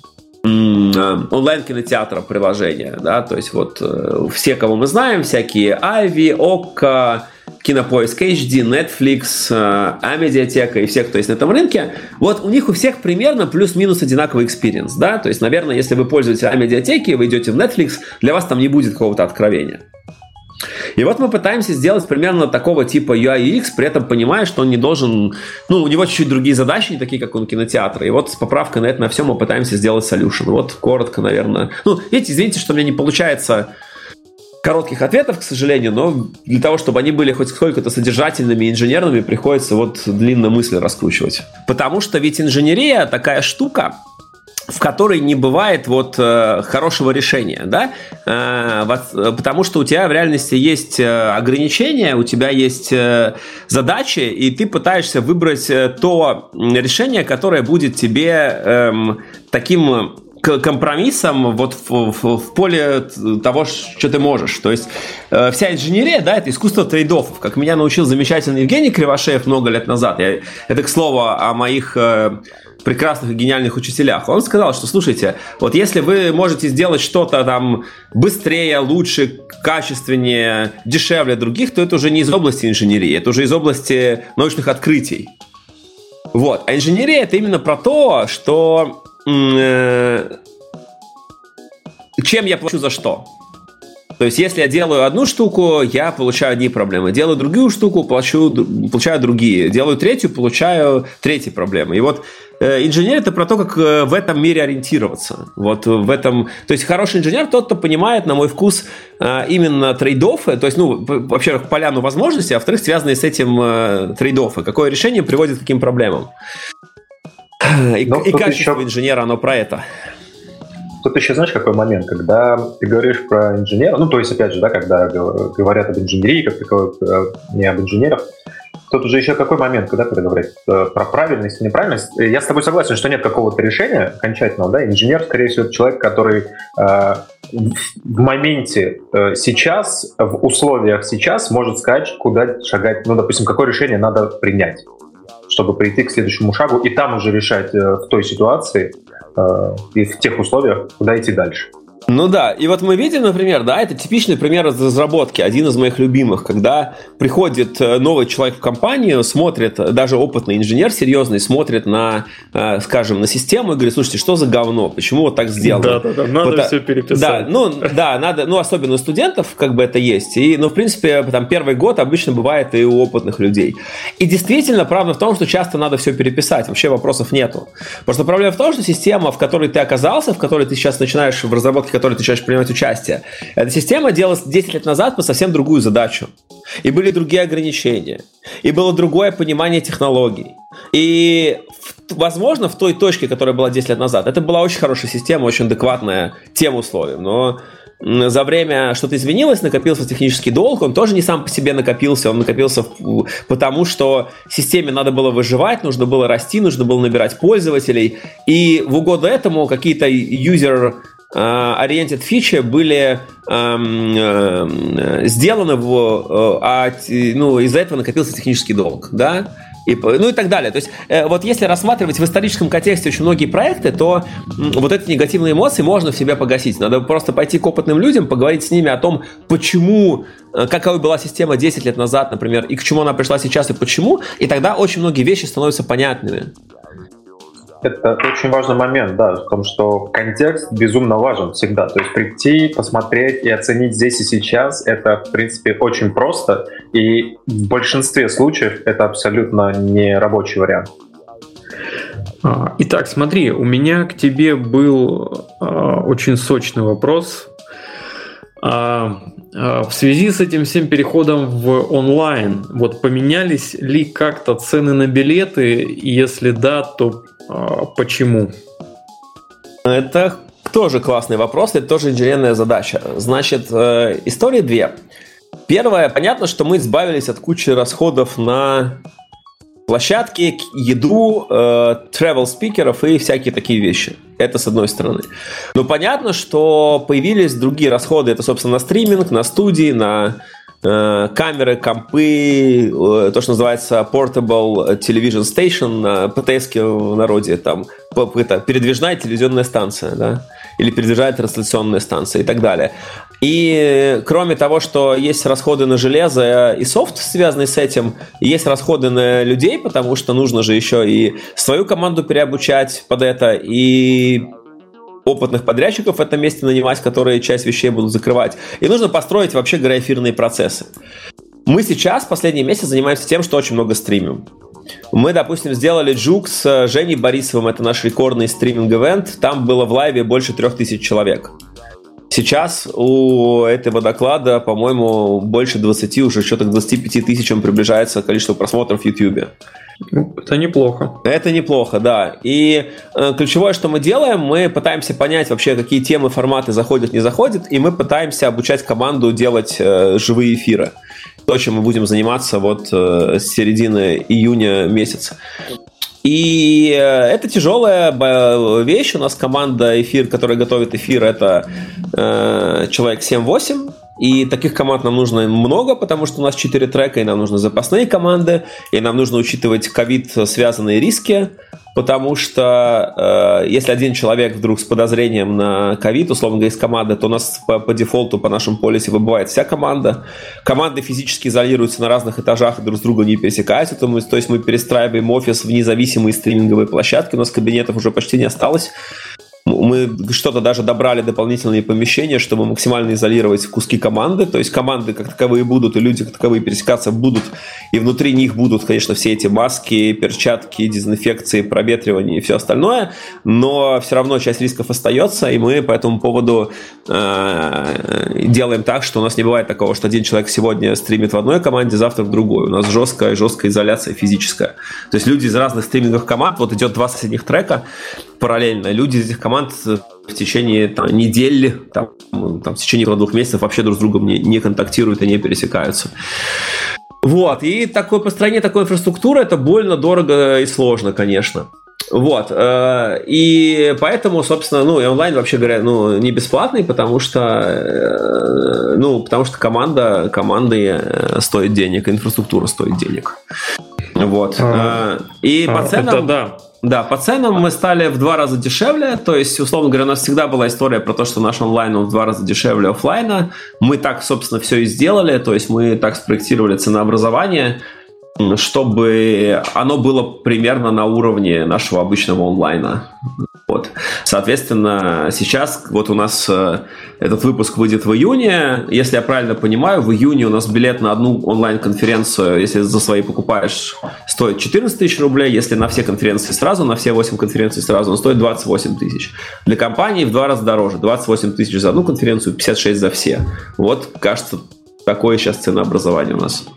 [SPEAKER 1] онлайн-кинотеатра приложения, да, то есть вот э, все, кого мы знаем, всякие Ivy, Okko, Кинопоиск эйч ди, Netflix, э, Амедиатека и все, кто есть на этом рынке, вот у них у всех примерно плюс-минус одинаковый экспириенс, да, то есть, наверное, если вы пользуетесь Амедиатеки, вы идете в Netflix, для вас там не будет какого-то откровения. И вот мы пытаемся сделать примерно такого типа ю ай ю экс, при этом понимая, что он не должен... Ну, у него чуть-чуть другие задачи, не такие, как у кинотеатра. И вот с поправкой на это на все мы пытаемся сделать solution. Вот коротко, наверное. Ну, видите, извините, что у меня не получается коротких ответов, к сожалению, но для того, чтобы они были хоть сколько-то содержательными и инженерными, приходится вот длинно мысли раскручивать. Потому что ведь инженерия такая штука, в которой не бывает вот э, хорошего решения, да, э, вот, потому что у тебя в реальности есть э, ограничения, у тебя есть э, задачи, и ты пытаешься выбрать э, то решение, которое будет тебе э, таким компромиссом вот в, в, в поле того, что ты можешь. То есть э, вся инженерия, да, это искусство трейд-оффов, как меня научил замечательный Евгений Кривошеев много лет назад. Я, это, к слову, о моих э, прекрасных и гениальных учителях. Он сказал, что, слушайте, вот если вы можете сделать что-то там быстрее, лучше, качественнее, дешевле других, то это уже не из области инженерии, это уже из области научных открытий. Вот. А инженерия — это именно про то, что э, чем я плачу за что. То есть, если я делаю одну штуку, я получаю одни проблемы. Делаю другую штуку, плачу, получаю другие. Делаю третью, получаю третьи проблемы. И вот э, инженер — это про то, как э, в этом мире ориентироваться. Вот в этом... То есть, хороший инженер — тот, кто понимает, на мой вкус, э, именно трейд-оффы, то есть, ну, вообще, поляну возможностей, а во-вторых, связанные с этим э, трейд-оффы. Какое решение приводит к каким проблемам. И, и качество еще... инженера, оно про это.
[SPEAKER 3] Тут еще, знаешь, какой момент, когда ты говоришь про инженера, ну, то есть, опять же, да, когда говорят об инженерии, как таковой, не об инженерах, тут уже еще какой момент, когда когда говорят про правильность и неправильность. Я с тобой согласен, что нет какого-то решения окончательного, да, инженер, скорее всего, это человек, который э, в моменте э, сейчас, в условиях сейчас может сказать, куда шагать, ну, допустим, какое решение надо принять, чтобы прийти к следующему шагу и там уже решать э, в той ситуации, и в тех условиях, куда идти дальше.
[SPEAKER 1] Ну да, и вот мы видим, например, да, это типичный пример разработки, один из моих любимых, когда приходит новый человек в компанию, смотрит, даже опытный инженер серьезный, смотрит на, скажем, на систему и говорит, слушайте, что за говно, почему вот так сделано?
[SPEAKER 2] Да-да-да, надо Потому... все переписать.
[SPEAKER 1] Да, ну, да, надо, ну, особенно у студентов, как бы это есть, и, ну, в принципе, там, первый год обычно бывает и у опытных людей. И действительно, правда в том, что часто надо все переписать, вообще вопросов нету. Просто проблема в том, что система, в которой ты оказался, в которой ты сейчас начинаешь в разработке, в которой ты начинаешь принимать участие. Эта система делалась десять лет назад по совсем другую задачу. И были другие ограничения. И было другое понимание технологий. И, возможно, в той точке, которая была десять лет назад, это была очень хорошая система, очень адекватная тем условиям. Но за время что-то изменилось, накопился технический долг, он тоже не сам по себе накопился, он накопился потому, что системе надо было выживать, нужно было расти, нужно было набирать пользователей. И в угоду этому какие-то user oriented фичи были эм, э, сделаны, в, э, а ну, из-за этого накопился технический долг, да? И, ну и так далее. То есть э, вот если рассматривать в историческом контексте очень многие проекты, то м, вот эти негативные эмоции можно в себе погасить. Надо просто пойти к опытным людям, поговорить с ними о том, почему, э, какой была система десять лет назад, например, и к чему она пришла сейчас и почему, и тогда очень многие вещи становятся понятными.
[SPEAKER 3] Это очень важный момент, да, в том, что контекст безумно важен всегда. То есть прийти, посмотреть и оценить здесь и сейчас — это, в принципе, очень просто. И в большинстве случаев это абсолютно не рабочий вариант.
[SPEAKER 2] Итак, смотри, у меня к тебе был а, очень сочный вопрос. А, а, в связи с этим всем переходом в онлайн, вот поменялись ли как-то цены на билеты? И если да, то а, почему?
[SPEAKER 1] Это тоже классный вопрос, это тоже инженерная задача. Значит, э, истории две. Первое, понятно, что мы избавились от кучи расходов на площадки, еду, э, travel-спикеров и всякие такие вещи. Это с одной стороны. Но понятно, что появились другие расходы. Это, собственно, на стриминг, на студии, на э, камеры, компы, э, то, что называется Portable Television Station, пэ тэ эс-ки в народе, там, это, передвижная телевизионная станция, да, или передвижная трансляционная станция и так далее. И кроме того, что есть расходы на железо и софт, связанные с этим, есть расходы на людей, потому что нужно же еще и свою команду переобучать под это, и опытных подрядчиков в этом месте нанимать, которые часть вещей будут закрывать. И нужно построить, вообще говоря, эфирные процессы. Мы сейчас, последние месяцы, занимаемся тем, что очень много стримим. Мы, допустим, сделали джук с Женей Борисовым, это наш рекордный стриминг-эвент, там было в лайве больше трех тысяч человек. Сейчас у этого доклада, по-моему, больше двадцати, уже что-то к двадцати пяти тысячам приближается количество просмотров в YouTube.
[SPEAKER 2] Это неплохо.
[SPEAKER 1] Это неплохо, да. И э, ключевое, что мы делаем, мы пытаемся понять вообще, какие темы, форматы заходят, не заходят, и мы пытаемся обучать команду делать э, живые эфиры. То, чем мы будем заниматься вот э, с середины июня месяца. И это тяжелая вещь. У нас команда эфир, которая готовит эфир, это э, человек семь-восемь. И таких команд нам нужно много, потому что у нас четыре трека, и нам нужны запасные команды, и нам нужно учитывать ковид-связанные риски, потому что э, если один человек вдруг с подозрением на ковид, условно говоря, из команды, то у нас по, по дефолту, по нашему полисе выбывает вся команда. Команды физически изолируются на разных этажах и друг с другом не пересекаются, то, мы, то есть мы перестраиваем офис в независимые стриминговые площадки, у нас кабинетов уже почти не осталось. Мы что-то даже добрали дополнительные помещения, чтобы максимально изолировать куски команды. То есть команды как таковые будут, и люди как таковые пересекаться будут. И внутри них будут, конечно, все эти маски, перчатки, дезинфекции, проветривание и все остальное. Но все равно часть рисков остается, и мы по этому поводу э, делаем так, что у нас не бывает такого, что один человек сегодня стримит в одной команде, завтра в другой. У нас жесткая, жесткая изоляция физическая. То есть люди из разных стриминговых команд, вот идет два соседних трека параллельно, люди из этих команд в течение там, недели, там, там, в течение двух месяцев вообще друг с другом не, не контактируют и не пересекаются. Вот, и такое построение такой инфраструктуры, это больно, дорого и сложно, конечно. Вот, и поэтому, собственно, ну, и онлайн, вообще говоря, ну, не бесплатный, потому что, ну, потому что команда, команды стоит денег, инфраструктура стоит денег. Вот, а, и а, по ценам... Это да. Да, по ценам мы стали в два раза дешевле, то есть, условно говоря, у нас всегда была история про то, что наш онлайн он в два раза дешевле офлайна. Мы так, собственно, все и сделали, то есть мы так спроектировали ценообразование, чтобы оно было примерно на уровне нашего обычного онлайна. Вот. Соответственно, сейчас вот у нас э, этот выпуск выйдет в июне. Если я правильно понимаю, в июне у нас билет на одну онлайн-конференцию, если за свои покупаешь, стоит четырнадцать тысяч рублей. Если на все конференции сразу, на все восемь конференций сразу, он стоит двадцать восемь тысяч. Для компании в два раза дороже. двадцать восемь тысяч за одну конференцию, пятьдесят шесть за все. Вот, кажется, такое сейчас ценообразование у нас.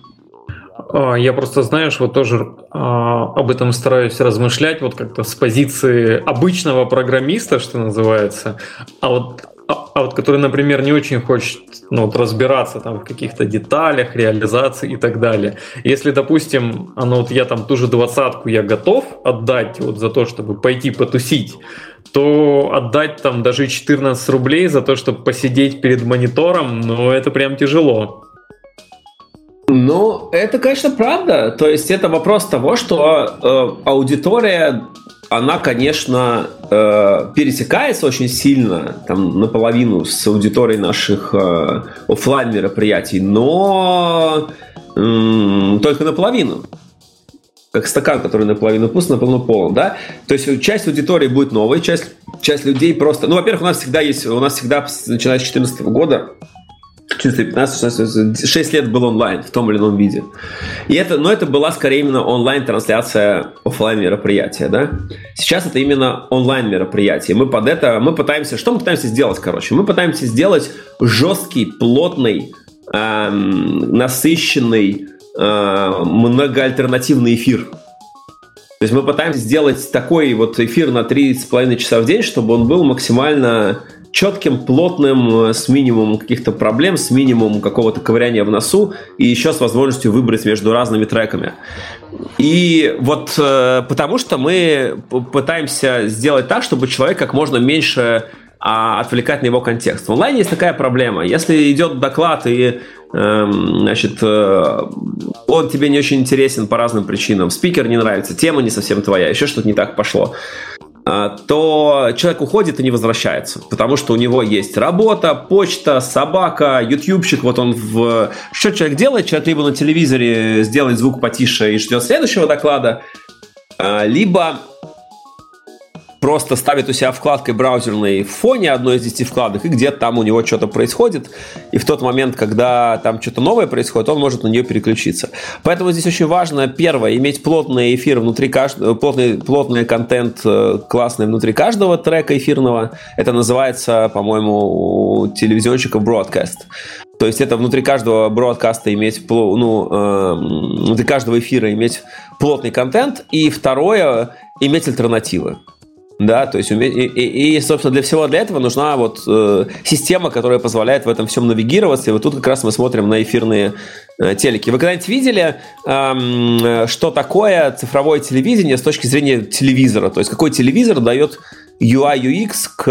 [SPEAKER 2] Я просто, знаешь, вот тоже а, об этом стараюсь размышлять вот как-то с позиции обычного программиста, что называется, а вот, а, а вот который, например, не очень хочет ну, вот разбираться там в каких-то деталях, реализации и так далее. Если, допустим, оно, вот я там ту же двадцатку я готов отдать вот за то, чтобы пойти потусить, то отдать там даже четырнадцать рублей за то, чтобы посидеть перед монитором, ну это прям тяжело.
[SPEAKER 1] Ну, это, конечно, правда. То есть это вопрос того, что э, аудитория, она, конечно, э, пересекается очень сильно, там, наполовину с аудиторией наших э, офлайн мероприятий, но э, только наполовину. Как стакан, который наполовину пуст, наполовину полон, да? То есть часть аудитории будет новой, часть, часть людей просто... Ну, во-первых, у нас всегда есть, у нас всегда, начиная с две тысячи четырнадцатого года, пятнадцать, шесть лет был онлайн в том или ином виде. И это, но это была скорее именно онлайн-трансляция офлайн мероприятия, да? Сейчас это именно онлайн мероприятие. Мы под это, мы пытаемся, что мы пытаемся сделать, короче? Мы пытаемся сделать жесткий, плотный, эм, насыщенный, э, многоальтернативный эфир. То есть мы пытаемся сделать такой вот эфир на три с половиной часа в день, чтобы он был максимально четким, плотным, с минимумом каких-то проблем, с минимумом какого-то ковыряния в носу и еще с возможностью выбрать между разными треками. И вот э, потому что мы пытаемся сделать так, чтобы человек как можно меньше а, отвлекать на его контекст. В онлайне есть такая проблема. Если идет доклад и значит, он тебе не очень интересен по разным причинам, спикер не нравится, тема не совсем твоя, еще что-то не так пошло, то человек уходит и не возвращается, потому что у него есть работа, почта, собака, ютубчик, вот он в... Что человек делает? Человек либо на телевизоре сделает звук потише и ждет следующего доклада, либо просто ставит у себя вкладкой браузерной в фоне одной из десяти вкладок, и где-то там у него что-то происходит, и в тот момент, когда там что-то новое происходит, он может на нее переключиться. Поэтому здесь очень важно, первое, иметь плотный эфир внутри каждого, плотный, плотный контент классный внутри каждого трека эфирного. Это называется, по-моему, у телевизионщиков broadcast. То есть это внутри каждого бродкаста иметь, ну, э, внутри каждого эфира иметь плотный контент, и второе, иметь альтернативы. Да, то есть, и, и, и, собственно, для всего для этого нужна вот э, система, которая позволяет в этом всем навигироваться. И вот тут как раз мы смотрим на эфирные э, телеки. Вы когда-нибудь видели, э, что такое цифровое телевидение с точки зрения телевизора? То есть, какой телевизор дает ю ай ю экс к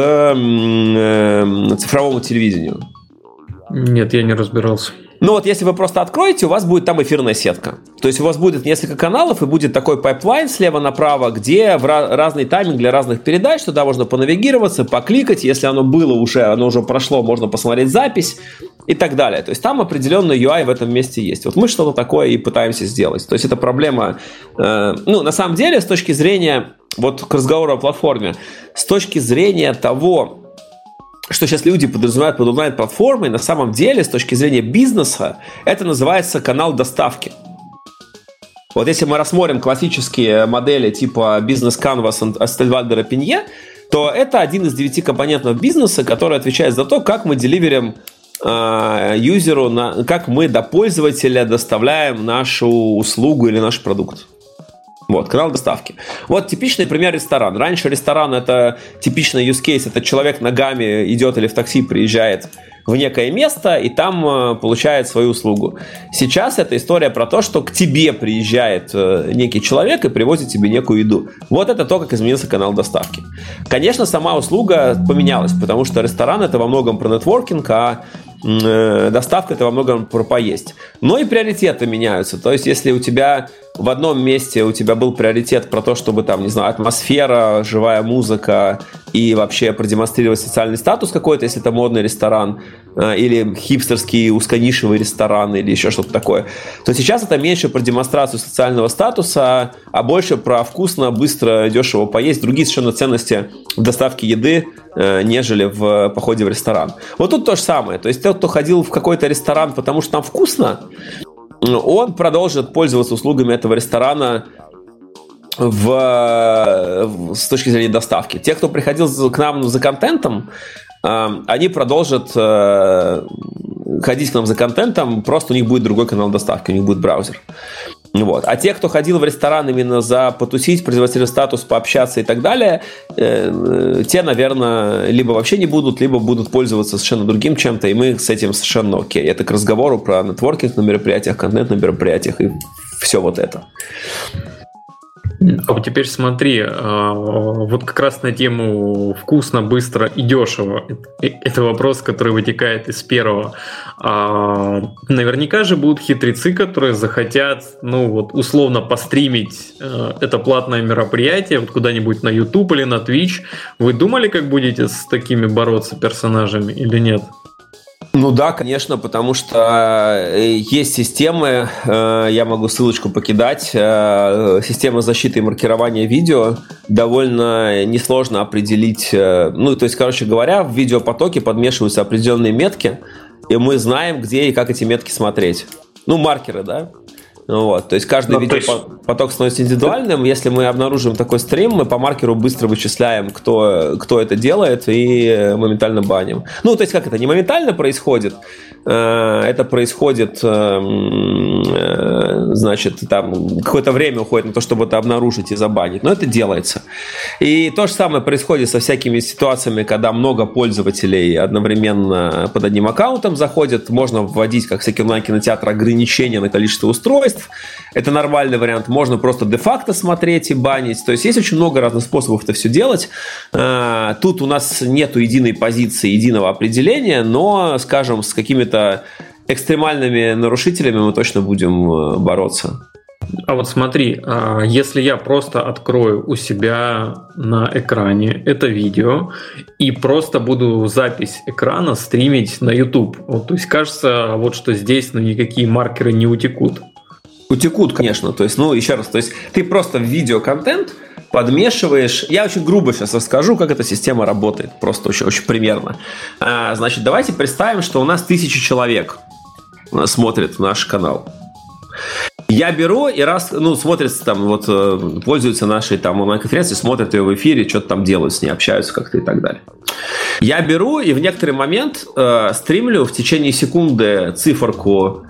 [SPEAKER 1] э, цифровому телевидению?
[SPEAKER 2] Нет, я не разбирался.
[SPEAKER 1] Ну вот если вы просто откроете, у вас будет там эфирная сетка. То есть у вас будет несколько каналов и будет такой пайплайн слева направо, где в ra- разный тайминг для разных передач, туда можно понавигироваться, покликать, если оно было уже, оно уже прошло, можно посмотреть запись и так далее. То есть там определенный ю ай в этом месте есть. Вот мы что-то такое и пытаемся сделать. То есть это проблема, э, ну на самом деле с точки зрения, вот к разговору о платформе, с точки зрения того, что сейчас люди подразумевают под онлайн-платформой, на самом деле, с точки зрения бизнеса, это называется канал доставки. Вот если мы рассмотрим классические модели типа Business Canvas от Стельвальдера Пинье, то это один из девяти компонентов бизнеса, который отвечает за то, как мы деливерим э, юзеру, на, как мы до пользователя доставляем нашу услугу или наш продукт. Вот, канал доставки. Вот типичный пример ресторан. Раньше ресторан — это типичный use case, это человек ногами идет или в такси приезжает в некое место и там э, получает свою услугу. Сейчас это история про то, что к тебе приезжает э, некий человек и привозит тебе некую еду. Вот это то, как изменился канал доставки. Конечно, сама услуга поменялась, потому что ресторан — это во многом про нетворкинг, а э, доставка — это во многом про поесть. Но и приоритеты меняются. То есть, если у тебя в одном месте у тебя был приоритет про то, чтобы там, не знаю, атмосфера, живая музыка и вообще продемонстрировать социальный статус какой-то, если это модный ресторан, или хипстерский узконишевый ресторан, или еще что-то такое, то сейчас это меньше про демонстрацию социального статуса, а больше про вкусно, быстро, дешево поесть, другие совершенно ценности в доставке еды, нежели в походе в ресторан. Вот тут то же самое. То есть тот, кто ходил в какой-то ресторан, потому что там вкусно, он продолжит пользоваться услугами этого ресторана в, в, с точки зрения доставки. Те, кто приходил к нам за контентом, э, они продолжат э, ходить к нам за контентом, просто у них будет другой канал доставки, у них будет браузер. Вот. А те, кто ходил в ресторан именно за потусить, продемонстрировать статус, пообщаться и так далее, э, те, наверное, либо вообще не будут, либо будут пользоваться совершенно другим чем-то, и мы с этим совершенно окей. Это к разговору про нетворкинг на мероприятиях, контент на мероприятиях и все вот это.
[SPEAKER 2] А вот теперь смотри, вот как раз на тему вкусно, быстро и дешево. Это вопрос, который вытекает из первого. Наверняка же будут хитрецы, которые захотят, ну вот условно постримить это платное мероприятие вот куда-нибудь на YouTube или на Twitch. Вы думали, как будете с такими бороться персонажами или нет?
[SPEAKER 1] Ну да, конечно, потому что есть системы, я могу ссылочку покидать, система защиты и маркирования видео, довольно несложно определить, ну то есть, короче говоря, в видеопотоке подмешиваются определенные метки, и мы знаем, где и как эти метки смотреть. Ну, маркеры, да? Вот, то есть каждый ну, видеопоток есть... становится индивидуальным. Если мы обнаружим такой стрим, мы по маркеру быстро вычисляем, кто, кто это делает, и моментально баним. Ну, то есть как это не моментально происходит, Это происходит, значит, там какое-то время уходит на то, чтобы это обнаружить и забанить, но это делается. И то же самое происходит со всякими ситуациями, когда много пользователей одновременно под одним аккаунтом заходят. Можно вводить, как всякие онлайн-кинотеатры, ограничения на количество устройств. Это нормальный вариант. Можно просто де-факто смотреть и банить. То есть есть очень много разных способов это все делать. Тут у нас нету единой позиции, единого определения, но, скажем, с какими-то экстремальными нарушителями мы точно будем бороться.
[SPEAKER 2] А вот смотри, если я просто открою у себя на экране это видео и просто буду запись экрана стримить на YouTube, вот, то есть кажется, вот что здесь, ну, никакие маркеры не утекут.
[SPEAKER 1] Утекут, конечно. То есть, ну, еще раз, то есть ты просто в видеоконтент подмешиваешь. Я очень грубо сейчас расскажу, как эта система работает. Просто очень, очень примерно. А, значит, давайте представим, что у нас тысяча человек смотрит наш канал. Я беру и раз, ну, смотрят там, вот, пользуются нашей там онлайн-конференцией, смотрят ее в эфире, что-то там делают с ней, общаются как-то и так далее. Я беру и в некоторый момент э, стримлю в течение секунды циферку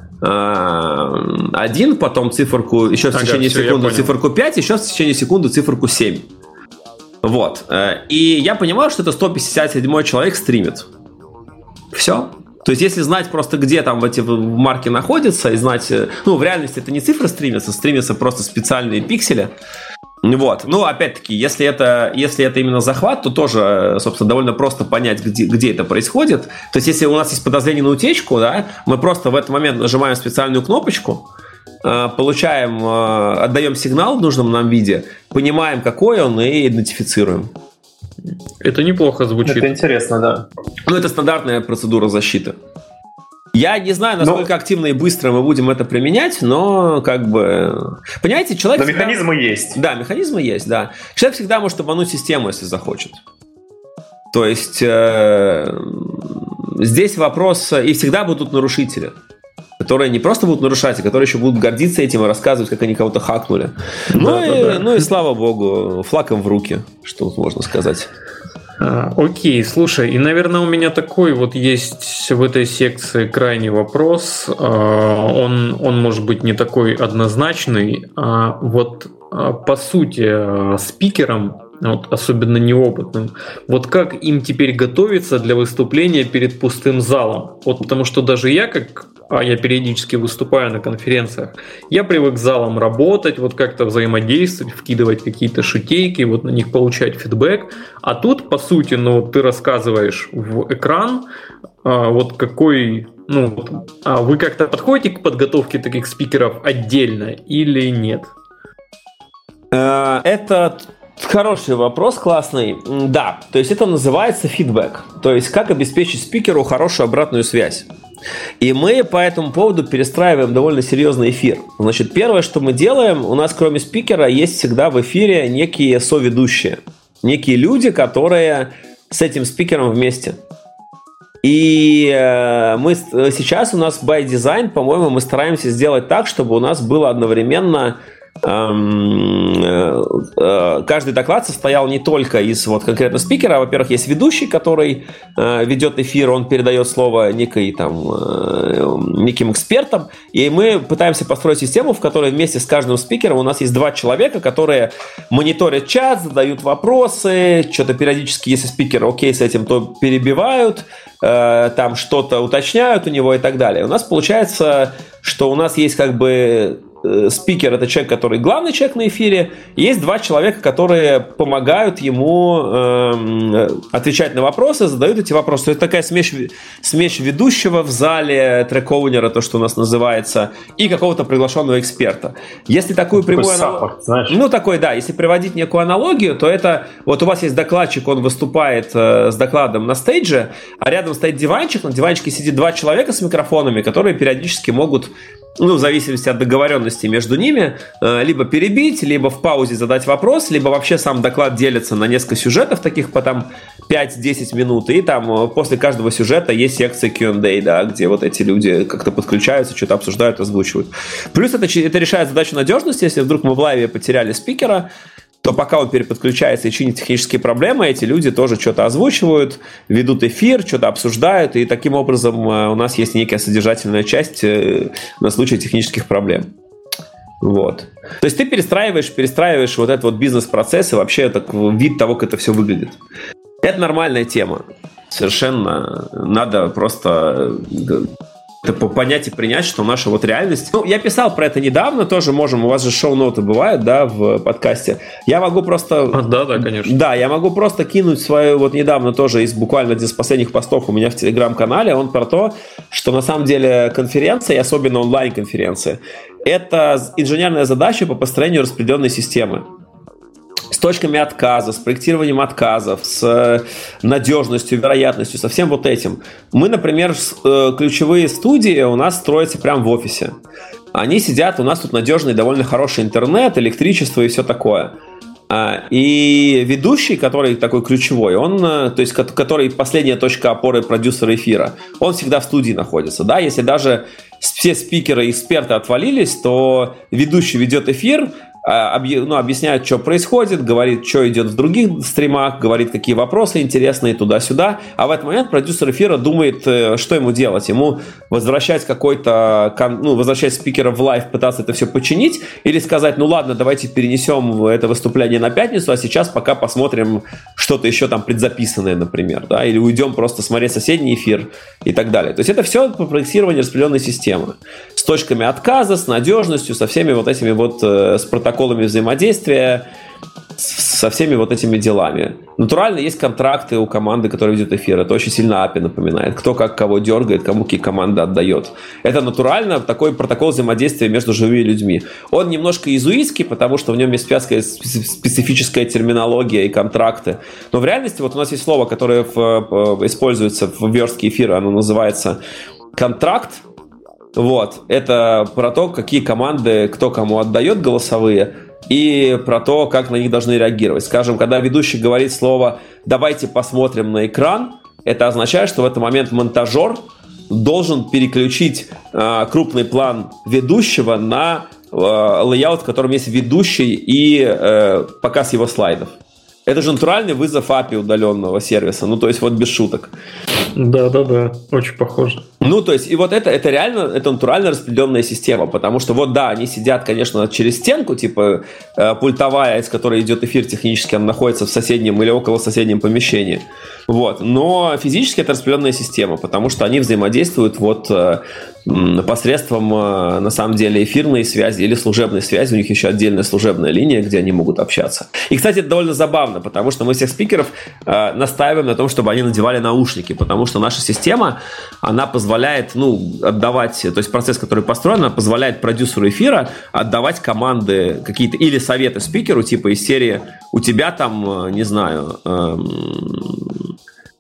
[SPEAKER 1] один, потом циферку, еще в ага, течение все, секунды циферку пять, еще в течение секунды циферку семь. Вот. И я понимаю, что это сто пятьдесят седьмой человек стримит. Все. То есть, если знать просто, где там эти марки находятся, и знать... Ну, в реальности это не цифры стримятся, стримятся просто специальные пиксели. Вот. Ну, опять-таки, если это, если это именно захват, то тоже, собственно, довольно просто понять, где, где это происходит. То есть, если у нас есть подозрение на утечку, да, мы просто в этот момент нажимаем специальную кнопочку, получаем, отдаем сигнал в нужном нам виде, понимаем, какой он, и идентифицируем.
[SPEAKER 2] Это неплохо звучит.
[SPEAKER 3] Это интересно, да.
[SPEAKER 1] Ну, это стандартная процедура защиты. Я не знаю, насколько но... активно и быстро мы будем это применять, но как бы... Понимаете, человек...
[SPEAKER 3] Но
[SPEAKER 1] всегда...
[SPEAKER 3] механизмы есть.
[SPEAKER 1] Да, механизмы есть, да. Человек всегда может обмануть систему, если захочет. То есть э... здесь вопрос... И всегда будут нарушители, которые не просто будут нарушать, а которые еще будут гордиться этим и рассказывать, как они кого-то хакнули. Да, ну, да, и, да. ну и слава богу, флаком в руки, что тут можно сказать.
[SPEAKER 2] А, окей, слушай, и, наверное, у меня такой вот есть в этой секции крайний вопрос. А, он, он может быть не такой однозначный. А вот а, по сути спикерам, вот, особенно неопытным, вот как им теперь готовиться для выступления перед пустым залом? Вот потому что даже я, как а я периодически выступаю на конференциях, я привык с залом работать, вот как-то взаимодействовать, вкидывать какие-то шутейки, вот на них получать фидбэк. А тут, по сути, ну, ты рассказываешь в экран, а, вот какой... Ну, а вы как-то подходите к подготовке таких спикеров отдельно или нет?
[SPEAKER 1] Это... Хороший вопрос, классный. Да, то есть это называется фидбэк. То есть как обеспечить спикеру хорошую обратную связь. И мы по этому поводу перестраиваем довольно серьезный эфир. Значит, первое, что мы делаем, у нас кроме спикера есть всегда в эфире некие соведущие. Некие люди, которые с этим спикером вместе. И мы сейчас у нас by design, по-моему, мы стараемся сделать так, чтобы у нас было одновременно... Каждый доклад состоял не только из вот конкретно спикера. Во-первых, есть ведущий, который э, ведет эфир, он передает слово некой, там, э, неким экспертам, и мы пытаемся построить систему, в которой вместе с каждым спикером у нас есть два человека, которые мониторят чат, задают вопросы, что-то периодически, если спикер окей с этим, то перебивают, э, там что-то уточняют у него и так далее. У нас получается, что у нас есть как бы спикер — это человек, который главный человек на эфире, и есть два человека, которые помогают ему э, отвечать на вопросы, задают эти вопросы. То есть такая смесь, смесь ведущего в зале, трек-оунера, то, что у нас называется, и какого-то приглашенного эксперта. Если такую прямую аналогию... Ну, такой, да. Если приводить некую аналогию, то это... Вот у вас есть докладчик, он выступает э, с докладом на стейдже, а рядом стоит диванчик, на диванчике сидит два человека с микрофонами, которые периодически могут, ну, в зависимости от договоренности между ними, либо перебить, либо в паузе задать вопрос, либо вообще сам доклад делится на несколько сюжетов, таких по там пять-десять минут, и там после каждого сюжета есть секция кью энд эй, да, где вот эти люди как-то подключаются, что-то обсуждают, озвучивают. Плюс это, это решает задачу надежности, если вдруг мы в лайве потеряли спикера, то пока он переподключается и чинит технические проблемы, эти люди тоже что-то озвучивают, ведут эфир, что-то обсуждают, и таким образом у нас есть некая содержательная часть на случай технических проблем. Вот. То есть ты перестраиваешь, перестраиваешь вот этот вот бизнес-процесс и вообще так, вид того, как это все выглядит. Это нормальная тема. Совершенно надо просто понять и принять, что наша вот реальность... Ну, я писал про это недавно, тоже можем, у вас же шоу-ноты бывают, да, в подкасте. Я могу просто...
[SPEAKER 2] А, да, да, конечно.
[SPEAKER 1] Да, я могу просто кинуть свою, вот недавно тоже из буквально один из последних постов у меня в Телеграм-канале, он про то, что на самом деле конференция, и особенно онлайн-конференция, это инженерная задача по построению распределенной системы. С точками отказа, с проектированием отказов, с надежностью, вероятностью, со всем вот этим. Мы, например, ключевые студии у нас строятся прямо в офисе. Они сидят, у нас тут надежный, довольно хороший интернет, электричество и все такое. И ведущий, который такой ключевой, он, то есть, который последняя точка опоры продюсера эфира, он всегда в студии находится. Да? Если даже все спикеры и эксперты отвалились, то ведущий ведет эфир, ну, объясняет, что происходит, говорит, что идет в других стримах, говорит, какие вопросы интересные туда-сюда, а в этот момент продюсер эфира думает, что ему делать. Ему возвращать какой-то, ну, возвращать спикера в лайв, пытаться это все починить, или сказать, ну ладно, давайте перенесем это выступление на пятницу, а сейчас пока посмотрим что-то еще там предзаписанное, например, да, или уйдем просто смотреть соседний эфир и так далее. То есть это все по проектированию распределенной системы. С точками отказа, с надежностью, со всеми вот этими вот, с протоколами взаимодействия, со всеми вот этими делами. Натурально есть контракты у команды, которая ведет эфир. Это очень сильно эй пи ай напоминает. Кто как кого дергает, кому какие команды отдает. Это натурально такой протокол взаимодействия между живыми людьми. Он немножко иезуитский, потому что в нем есть связка, специфическая терминология и контракты. Но в реальности вот у нас есть слово, которое в, используется в верстке эфира. Оно называется контракт. Вот. Это про то, какие команды кто кому отдает голосовые, и про то, как на них должны реагировать. Скажем, когда ведущий говорит слово «давайте посмотрим на экран», это означает, что в этот момент монтажер должен переключить э, крупный план ведущего на э, лейаут, в котором есть ведущий и э, показ его слайдов. Это же натуральный вызов эй пи ай удаленного сервиса. Ну, то есть, вот без шуток.
[SPEAKER 2] Да-да-да, очень похоже.
[SPEAKER 1] Ну, то есть, и вот это, это реально, это натурально распределенная система, потому что вот, да, они сидят, конечно, через стенку, типа э, пультовая, из которой идет эфир технически, она находится в соседнем или около соседнем помещении. Вот. Но физически это распределенная система, потому что они взаимодействуют вот э, посредством, э, на самом деле, эфирной связи или служебной связи. У них еще отдельная служебная линия, где они могут общаться. И, кстати, это довольно забавно, потому что мы всех спикеров э, настаиваем на том, чтобы они надевали наушники, потому что наша система, она позволяет, ну, отдавать, то есть процесс, который построен, она позволяет продюсеру эфира отдавать команды какие-то или советы спикеру, типа из серии «у тебя там, не знаю, эм,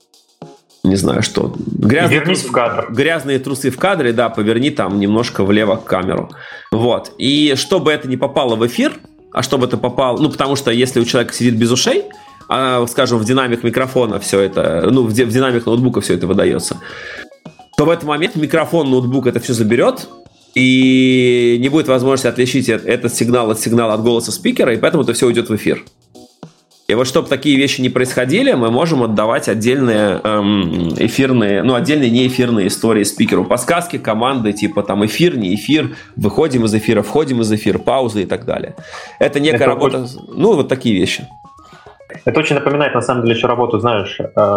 [SPEAKER 1] не знаю что, грязные трусы, в кадр. грязные трусы в кадре, да, поверни там немножко влево камеру». Вот. И чтобы это не попало в эфир, а чтобы это попало, ну, потому что если у человека сидит без ушей, а, скажем, в динамик микрофона все это, ну, в динамик ноутбука все это выдается, то в этот момент микрофон ноутбук это все заберет, и не будет возможности отличить этот сигнал от сигнала от голоса спикера, и поэтому это все уйдет в эфир. И вот чтобы такие вещи не происходили, мы можем отдавать отдельные эм, эфирные, ну, отдельные неэфирные истории спикеру. Подсказки, команды, типа там эфир, не эфир, выходим из эфира, входим из эфира, паузы и так далее. Это некая это работа, очень... ну, вот такие вещи.
[SPEAKER 3] Это очень напоминает, на самом деле, еще работу, знаешь,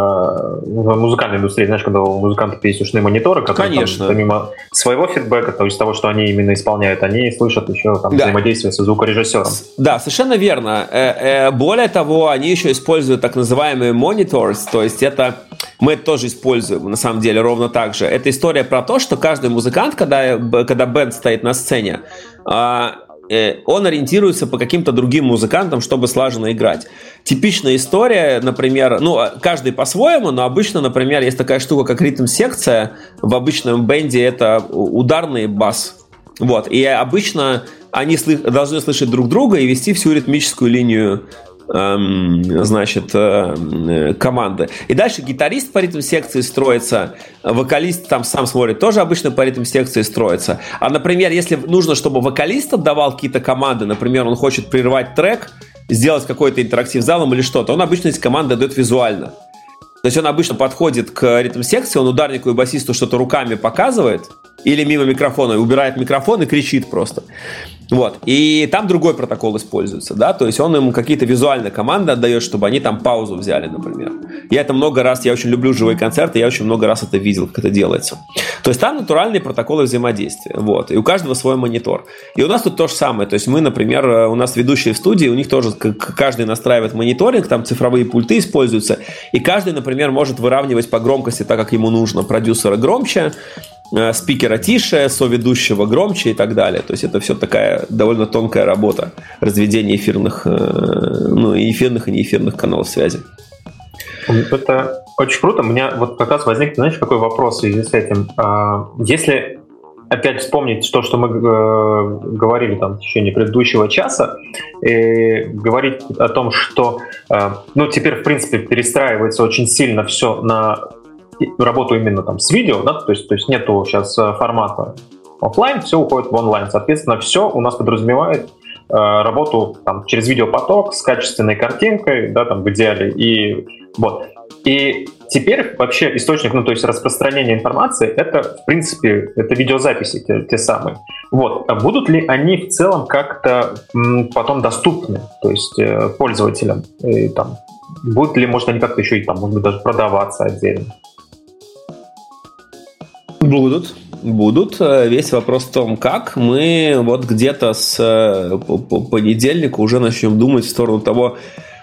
[SPEAKER 3] в музыкальной индустрии, знаешь, когда у музыкантов есть ушные мониторы, которые там, помимо своего фидбэка, то есть того, что они именно исполняют, они слышат еще там, да. взаимодействие со звукорежиссером.
[SPEAKER 1] Да, совершенно верно. Более того, они еще используют так называемые monitors, то есть это мы это тоже используем, на самом деле, ровно так же. Это история про то, что каждый музыкант, когда, когда бэнд стоит на сцене, он ориентируется по каким-то другим музыкантам, чтобы слаженно играть. Типичная история, например, ну, каждый по-своему, но обычно, например, есть такая штука, как ритм-секция. В обычном бенде это ударный бас. Вот. И обычно они слы- должны слышать друг друга и вести всю ритмическую линию значит, команды. И дальше гитарист по ритм-секции строится, вокалист там сам смотрит, тоже обычно по ритм-секции строится. А, например, если нужно, чтобы вокалист отдавал какие-то команды, например, он хочет прервать трек, сделать какой-то интерактив с залом или что-то, он обычно эти команды дает визуально. То есть он обычно подходит к ритм-секции, он ударнику и басисту что-то руками показывает, или мимо микрофона, убирает микрофон и кричит просто. Вот. И там другой протокол используется, да, то есть он им какие-то визуальные команды отдает, чтобы они там паузу взяли, например. Я это много раз, я очень люблю живые концерты, я очень много раз это видел, как это делается. То есть там натуральные протоколы взаимодействия, вот, и у каждого свой монитор. И у нас тут то же самое, то есть мы, например, у нас ведущие в студии, у них тоже каждый настраивает мониторинг, там цифровые пульты используются, и каждый, например, может выравнивать по громкости так, как ему нужно, продюсера громче, спикера тише, соведущего громче и так далее. То есть это все такая довольно тонкая работа разведения эфирных, ну, и эфирных, и неэфирных каналов связи.
[SPEAKER 3] Это очень круто. У меня вот как раз возник, знаешь, какой вопрос в связи с этим. Если опять вспомнить то, что мы говорили там в течение предыдущего часа, и говорить о том, что ну, теперь, в принципе, перестраивается очень сильно все на работу именно там с видео, да, то есть, то есть нету сейчас формата офлайн, все уходит в онлайн. Соответственно, все у нас подразумевает э, работу там, через видеопоток с качественной картинкой, да, там в идеале. И вот. И теперь вообще источник, ну, то есть распространение информации, это, в принципе, это видеозаписи те, те самые. Вот. А будут ли они в целом как-то м, потом доступны, то есть э, пользователям? И, там, будут ли, может, они как-то еще и там, может быть, даже продаваться отдельно?
[SPEAKER 1] Будут, будут. Весь вопрос в том, как. Мы вот где-то с понедельника уже начнем думать в сторону того,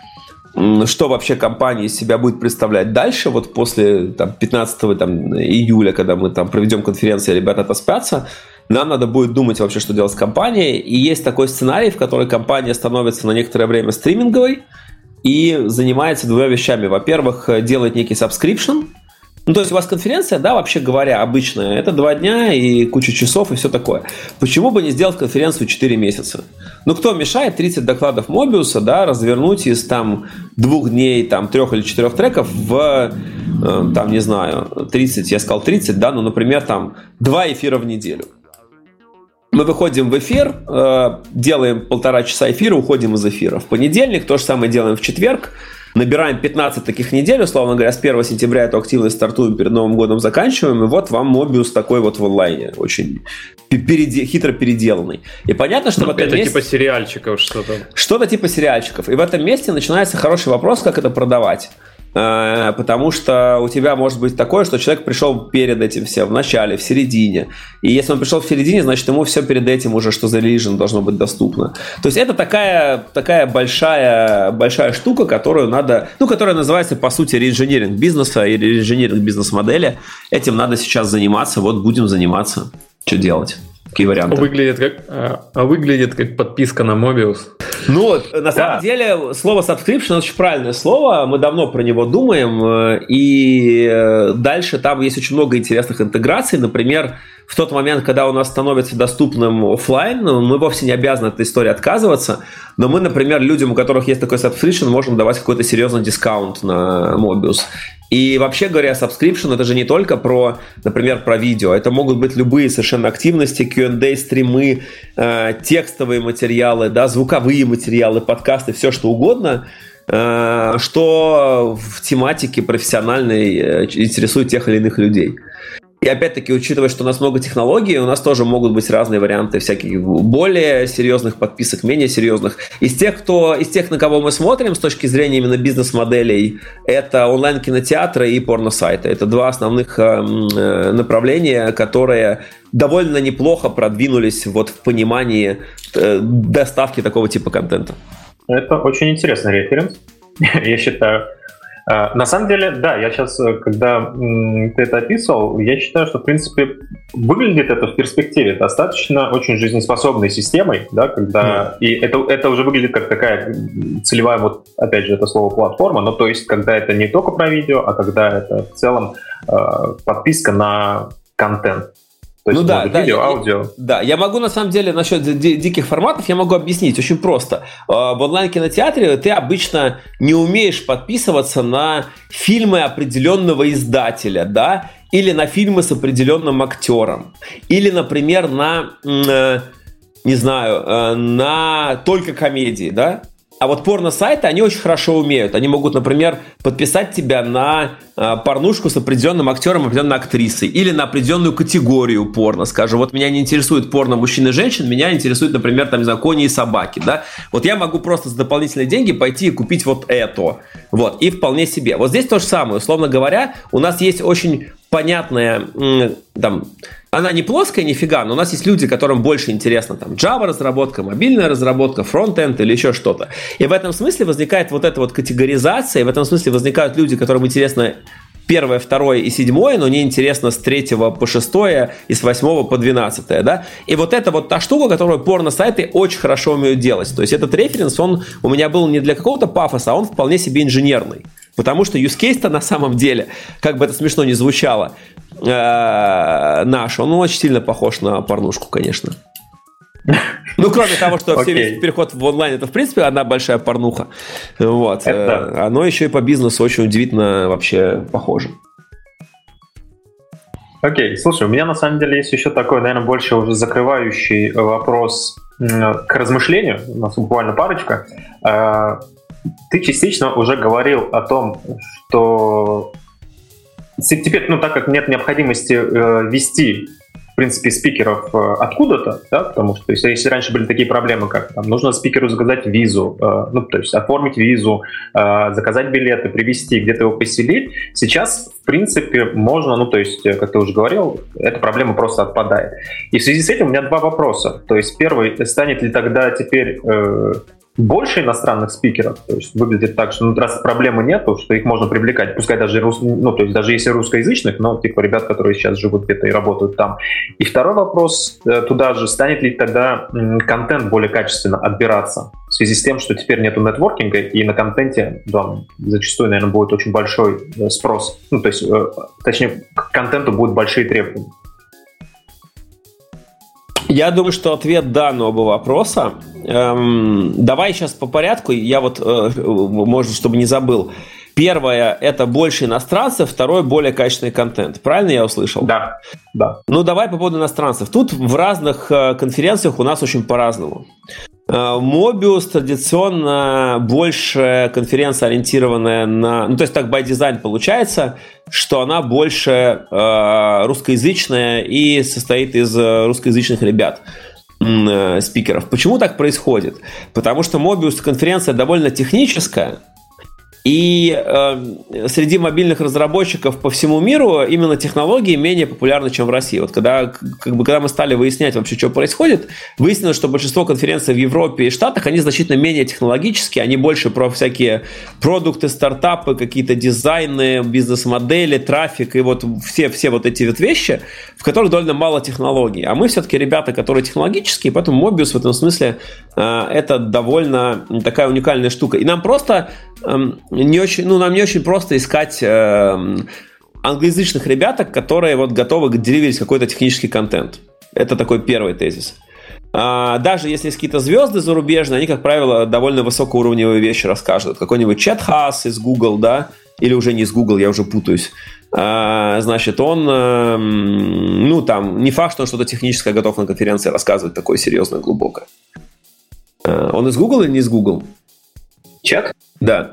[SPEAKER 1] что вообще компания из себя будет представлять дальше, вот после там, пятнадцатого там, июля, когда мы там проведем конференцию, ребята отоспятся, нам надо будет думать вообще, что делать с компанией. И есть такой сценарий, в который компания становится на некоторое время стриминговой и занимается двумя вещами. Во-первых, делает некий subscription. Ну, то есть у вас конференция, да, вообще говоря, обычная, это два дня и куча часов и все такое. Почему бы не сделать конференцию четыре месяца? Ну, кто мешает тридцать докладов Мобиуса, да, развернуть из там двух дней, там, трех или четырех треков в, э, там, не знаю, тридцать, я сказал тридцать, да, ну, например, там, два эфира в неделю. Мы выходим в эфир, э, делаем полтора часа эфира, уходим из эфира. В понедельник то же самое делаем в четверг. Набираем пятнадцать таких недель, условно говоря, с первого сентября эту активность стартуем, перед Новым годом заканчиваем, и вот вам Мобиус такой вот в онлайне, очень переде- хитро переделанный. И понятно, что ну, в этом
[SPEAKER 2] это
[SPEAKER 1] месте...
[SPEAKER 2] типа сериальчиков что-то.
[SPEAKER 1] Что-то типа сериальчиков. И в этом месте начинается хороший вопрос, как это продавать. Потому что у тебя может быть такое, что человек пришел перед этим всем, в начале, в середине. И если он пришел в середине, значит, ему все перед этим уже, что за релижн, должно быть доступно. То есть это такая, такая большая, большая штука, которую надо, ну, которая называется, по сути, реинжиниринг бизнеса или реинжиниринг бизнес-модели. Этим надо сейчас заниматься, вот будем заниматься. Что делать? Какие варианты?
[SPEAKER 2] Выглядит как, а, а выглядит как подписка на Mobius.
[SPEAKER 1] Ну, на самом да. деле, слово subscription очень правильное слово. Мы давно про него думаем. И дальше там есть очень много интересных интеграций. Например, в тот момент, когда у нас становится доступным офлайн, мы вовсе не обязаны от этой истории отказываться. Но мы, например, людям, у которых есть такой subscription, можем давать какой-то серьезный дискаунт на Mobius. И вообще говоря, subscription — это же не только про, например, про видео. Это могут быть любые совершенно активности, кью энд эй, стримы, э, текстовые материалы, да, звуковые материалы, подкасты, все что угодно, э, что в тематике профессиональной э, интересует тех или иных людей. И опять-таки, учитывая, что у нас много технологий, у нас тоже могут быть разные варианты всяких более серьезных подписок, менее серьезных. Из тех, кто, из тех, на кого мы смотрим с точки зрения именно бизнес-моделей, это онлайн-кинотеатры и порно-сайты. Это два основных э, направления, которые довольно неплохо продвинулись вот в понимании э, доставки такого типа контента.
[SPEAKER 3] Это очень интересный референс, я считаю. На самом деле, да, я сейчас, когда ты это описывал, я считаю, что, в принципе, выглядит это в перспективе достаточно очень жизнеспособной системой, да, когда, mm. и это, это уже выглядит как такая целевая, вот, опять же, это слово платформа, но то есть, когда это не только про видео, а когда это в целом э, подписка на контент. То есть,
[SPEAKER 1] ну да, да,
[SPEAKER 3] видео,
[SPEAKER 1] я,
[SPEAKER 3] аудио.
[SPEAKER 1] Да, я могу на самом деле насчет ди- диких форматов, я могу объяснить очень просто. В онлайн-кинотеатре ты обычно не умеешь подписываться на фильмы определенного издателя, да, или на фильмы с определенным актером, или, например, на, не знаю, на только комедии, да. А вот порно-сайты, они очень хорошо умеют. Они могут, например, подписать тебя на э, порнушку с определенным актером, определенной актрисой. Или на определенную категорию порно. Скажем, вот меня не интересует порно мужчин и женщин, меня интересует, например, там, не знаю, кони и собаки. Да? Вот я могу просто за дополнительные деньги пойти и купить вот это. Вот, и вполне себе. Вот здесь то же самое. Условно говоря, у нас есть очень понятная, там, она не плоская нифига, но у нас есть люди, которым больше интересно там Java разработка, мобильная разработка, фронт-энд или еще что-то. И в этом смысле возникает вот эта вот категоризация, и в этом смысле возникают люди, которым интересно первое, второе и седьмое, но не интересно с третьего по шестое и с восьмого по двенадцатое, да. И вот это вот та штука, которую порно-сайты очень хорошо умеют делать. То есть этот референс, он у меня был не для какого-то пафоса, а он вполне себе инженерный. Потому что use case-то на самом деле, как бы это смешно ни звучало, наш, он очень сильно похож на порнушку, конечно. Ну, кроме того, что okay. весь переход в онлайн, это, в принципе, одна большая порнуха. Вот. Это... Оно еще и по бизнесу очень удивительно вообще похоже.
[SPEAKER 3] Окей, okay. Слушай, у меня на самом деле есть еще такой, наверное, больше уже закрывающий вопрос к размышлению. У нас буквально парочка. Ты частично уже говорил о том, что теперь, ну, так как нет необходимости э, вести, в принципе, спикеров э, откуда-то, да, потому что, то есть, если раньше были такие проблемы, как там, нужно спикеру заказать визу, э, ну, то есть оформить визу, э, заказать билеты, привезти, где-то его поселить, сейчас, в принципе, можно, ну, то есть, как ты уже говорил, эта проблема просто отпадает. И в связи с этим у меня два вопроса. То есть, первый, станет ли тогда теперь... Э, больше иностранных спикеров, то есть выглядит так, что ну, раз проблемы нету, что их можно привлекать, пускай даже, рус... ну, то есть даже если русскоязычных, но типа ребят, которые сейчас живут где-то и работают там. И второй вопрос туда же, станет ли тогда контент более качественно отбираться в связи с тем, что теперь нету нетворкинга, и на контенте да, зачастую, наверное, будет очень большой спрос, ну, то есть, точнее, к контенту будут большие требования.
[SPEAKER 1] Я думаю, что ответ да на оба вопроса. Эм, давай сейчас по порядку. Я вот, э, может, чтобы не забыл. Первое – это больше иностранцев, второе – более качественный контент. Правильно я услышал?
[SPEAKER 3] Да, да.
[SPEAKER 1] Ну, давай по поводу иностранцев. Тут в разных конференциях у нас очень по-разному. Mobius традиционно больше конференция, ориентированная на... Ну, то есть так by design получается, что она больше э, русскоязычная и состоит из русскоязычных ребят, э, спикеров. Почему так происходит? Потому что Mobius конференция довольно техническая, и э, среди мобильных разработчиков по всему миру именно технологии менее популярны, чем в России. Вот когда, как бы, когда мы стали выяснять вообще, что происходит, выяснилось, что большинство конференций в Европе и Штатах, они значительно менее технологические, они больше про всякие продукты, стартапы, какие-то дизайны, бизнес-модели, трафик и вот все, все вот эти вот вещи, в которых довольно мало технологий. А мы все-таки ребята, которые технологические, поэтому Mobius в этом смысле э, это довольно такая уникальная штука. И нам просто... Э, Не очень, ну, нам не очень просто искать э, англоязычных ребяток, которые вот готовы деливерить какой-то технический контент. Это такой первый тезис. А, даже если есть какие-то звезды зарубежные, они, как правило, довольно высокоуровневые вещи расскажут. Какой-нибудь Чет Хаас из Google, да, или уже не из Google, я уже путаюсь. А, значит, он, э, ну, там, не факт, что он что-то техническое готов на конференции рассказывать, такое серьезное, глубокое. А, он из Google или не из Google?
[SPEAKER 3] Чет?
[SPEAKER 1] Да.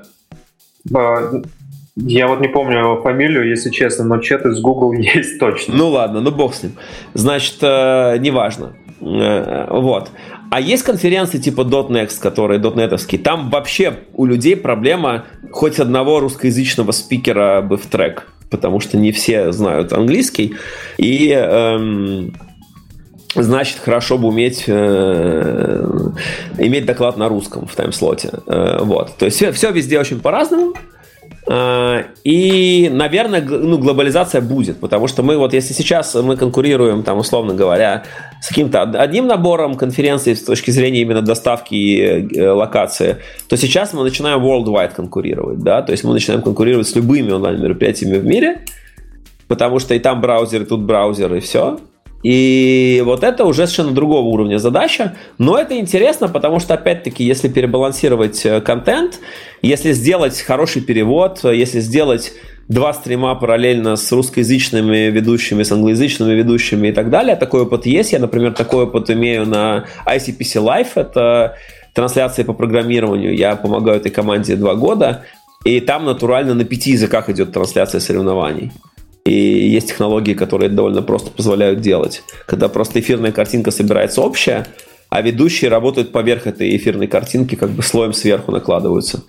[SPEAKER 3] Я вот не помню его фамилию, если честно, но Чет из Google есть точно.
[SPEAKER 1] Ну ладно, ну бог с ним. Значит, э, неважно. Э, вот. А есть конференции типа .дот некст, которые .дот-нетовские. Там вообще у людей проблема хоть одного русскоязычного спикера бы в трек, потому что не все знают английский. И... Эм, значит, хорошо бы уметь э, иметь доклад на русском в таймслоте. Э, вот. То есть все, все везде очень по-разному. Э, и, наверное, ну, глобализация будет, потому что мы вот, если сейчас мы конкурируем, там, условно говоря, с каким-то одним набором конференций с точки зрения именно доставки и э, локации, то сейчас мы начинаем worldwide конкурировать. Да? То есть мы начинаем конкурировать с любыми онлайн-мероприятиями в мире, потому что и там браузер, и тут браузер, и все. И вот это уже совершенно другого уровня задача. Но это интересно, потому что, опять-таки, если перебалансировать контент, если сделать хороший перевод, если сделать два стрима параллельно с русскоязычными ведущими, с англоязычными ведущими и так далее, такой опыт есть. Я, например, такой опыт имею на ай си пи си Live, это трансляции по программированию. Я помогаю этой команде два года, и там натурально на пяти языках идет трансляция соревнований. И есть технологии, которые это довольно просто позволяют делать. Когда просто эфирная картинка собирается общая, а ведущие работают поверх этой эфирной картинки, как бы слоем сверху накладываются.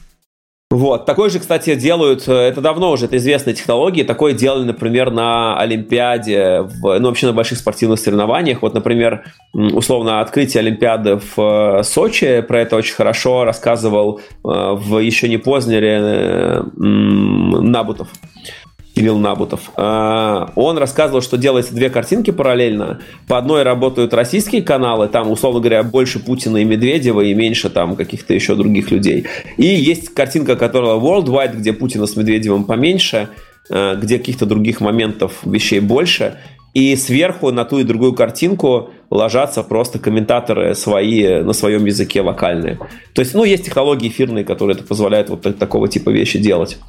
[SPEAKER 1] Вот. Такое же, кстати, делают, это давно уже, это известные технологии, такое делали, например, на Олимпиаде, в, ну, вообще на больших спортивных соревнованиях. Вот, например, условно, открытие Олимпиады в Сочи, про это очень хорошо рассказывал в «Еще не Познере» Набутов. Кирилл Набутов. Он рассказывал, что делается две картинки параллельно. По одной работают российские каналы, там, условно говоря, больше Путина и Медведева и меньше там каких-то еще других людей. И есть картинка, которая worldwide, где Путина с Медведевым поменьше, где каких-то других моментов, вещей больше. И сверху на ту и другую картинку ложатся просто комментаторы свои на своем языке локальные. То есть, ну, есть технологии эфирные, которые это позволяют вот такого типа вещи делать.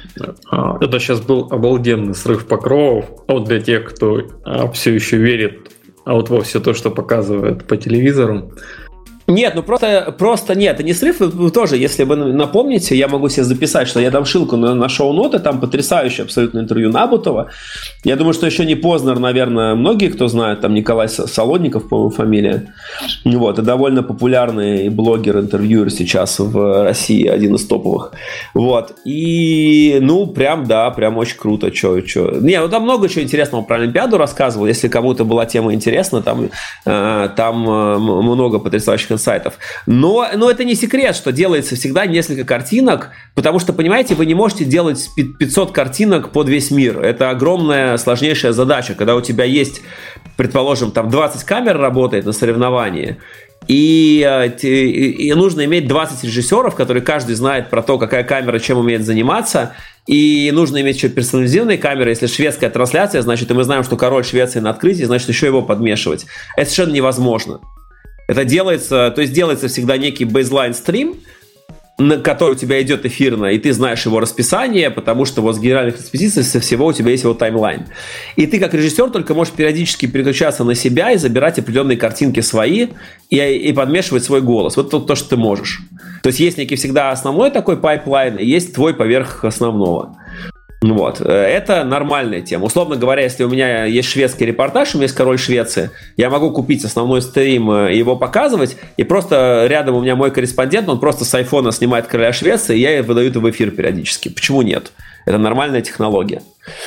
[SPEAKER 2] Это сейчас был обалденный срыв покровов. А вот для тех, кто а, все еще верит а вот во все то, что показывают по телевизору.
[SPEAKER 1] Нет, ну просто, просто нет, это не срыв. Вы тоже, если вы напомните, я могу себе записать, что я дам ссылку на, на шоу-ноты, там потрясающее абсолютно интервью Набутова. Я думаю, что еще не Познер, наверное, многие, кто знает, там Николай Солодников, по-моему, фамилия. Вот, и довольно популярный блогер-интервьюер сейчас в России, один из топовых. Вот, и, ну, прям, да, прям очень круто. Чё, чё. Не, ну там много чего интересного про Олимпиаду рассказывал. Если кому-то была тема интересна, там, э, там э, много потрясающих сайтов. Но, но это не секрет, что делается всегда несколько картинок, потому что, понимаете, вы не можете делать пятьсот картинок под весь мир. Это огромная, сложнейшая задача, когда у тебя есть, предположим, там двадцать камер работает на соревновании, и, и, и нужно иметь двадцать режиссеров, которые каждый знает про то, какая камера чем умеет заниматься, и нужно иметь еще персонализированные камеры. Если шведская трансляция, значит, и мы знаем, что король Швеции на открытии, значит, еще его подмешивать. Это совершенно невозможно. Это делается, то есть делается всегда некий бейзлайн стрим, на который у тебя идет эфирно, и ты знаешь его расписание, потому что вот с генеральных репетиций со всего у тебя есть его таймлайн. И ты как режиссер только можешь периодически переключаться на себя и забирать определенные картинки свои и, и подмешивать свой голос. Вот то, то, что ты можешь. То есть есть некий всегда основной такой пайплайн, и есть твой поверх основного. Вот. Это нормальная тема. Условно говоря, если у меня есть шведский репортаж, у меня есть король Швеции, я могу купить основной стрим и его показывать, и просто рядом у меня мой корреспондент, он просто с айфона снимает короля Швеции, и я выдаю это в эфир периодически. Почему нет? Это нормальная технология.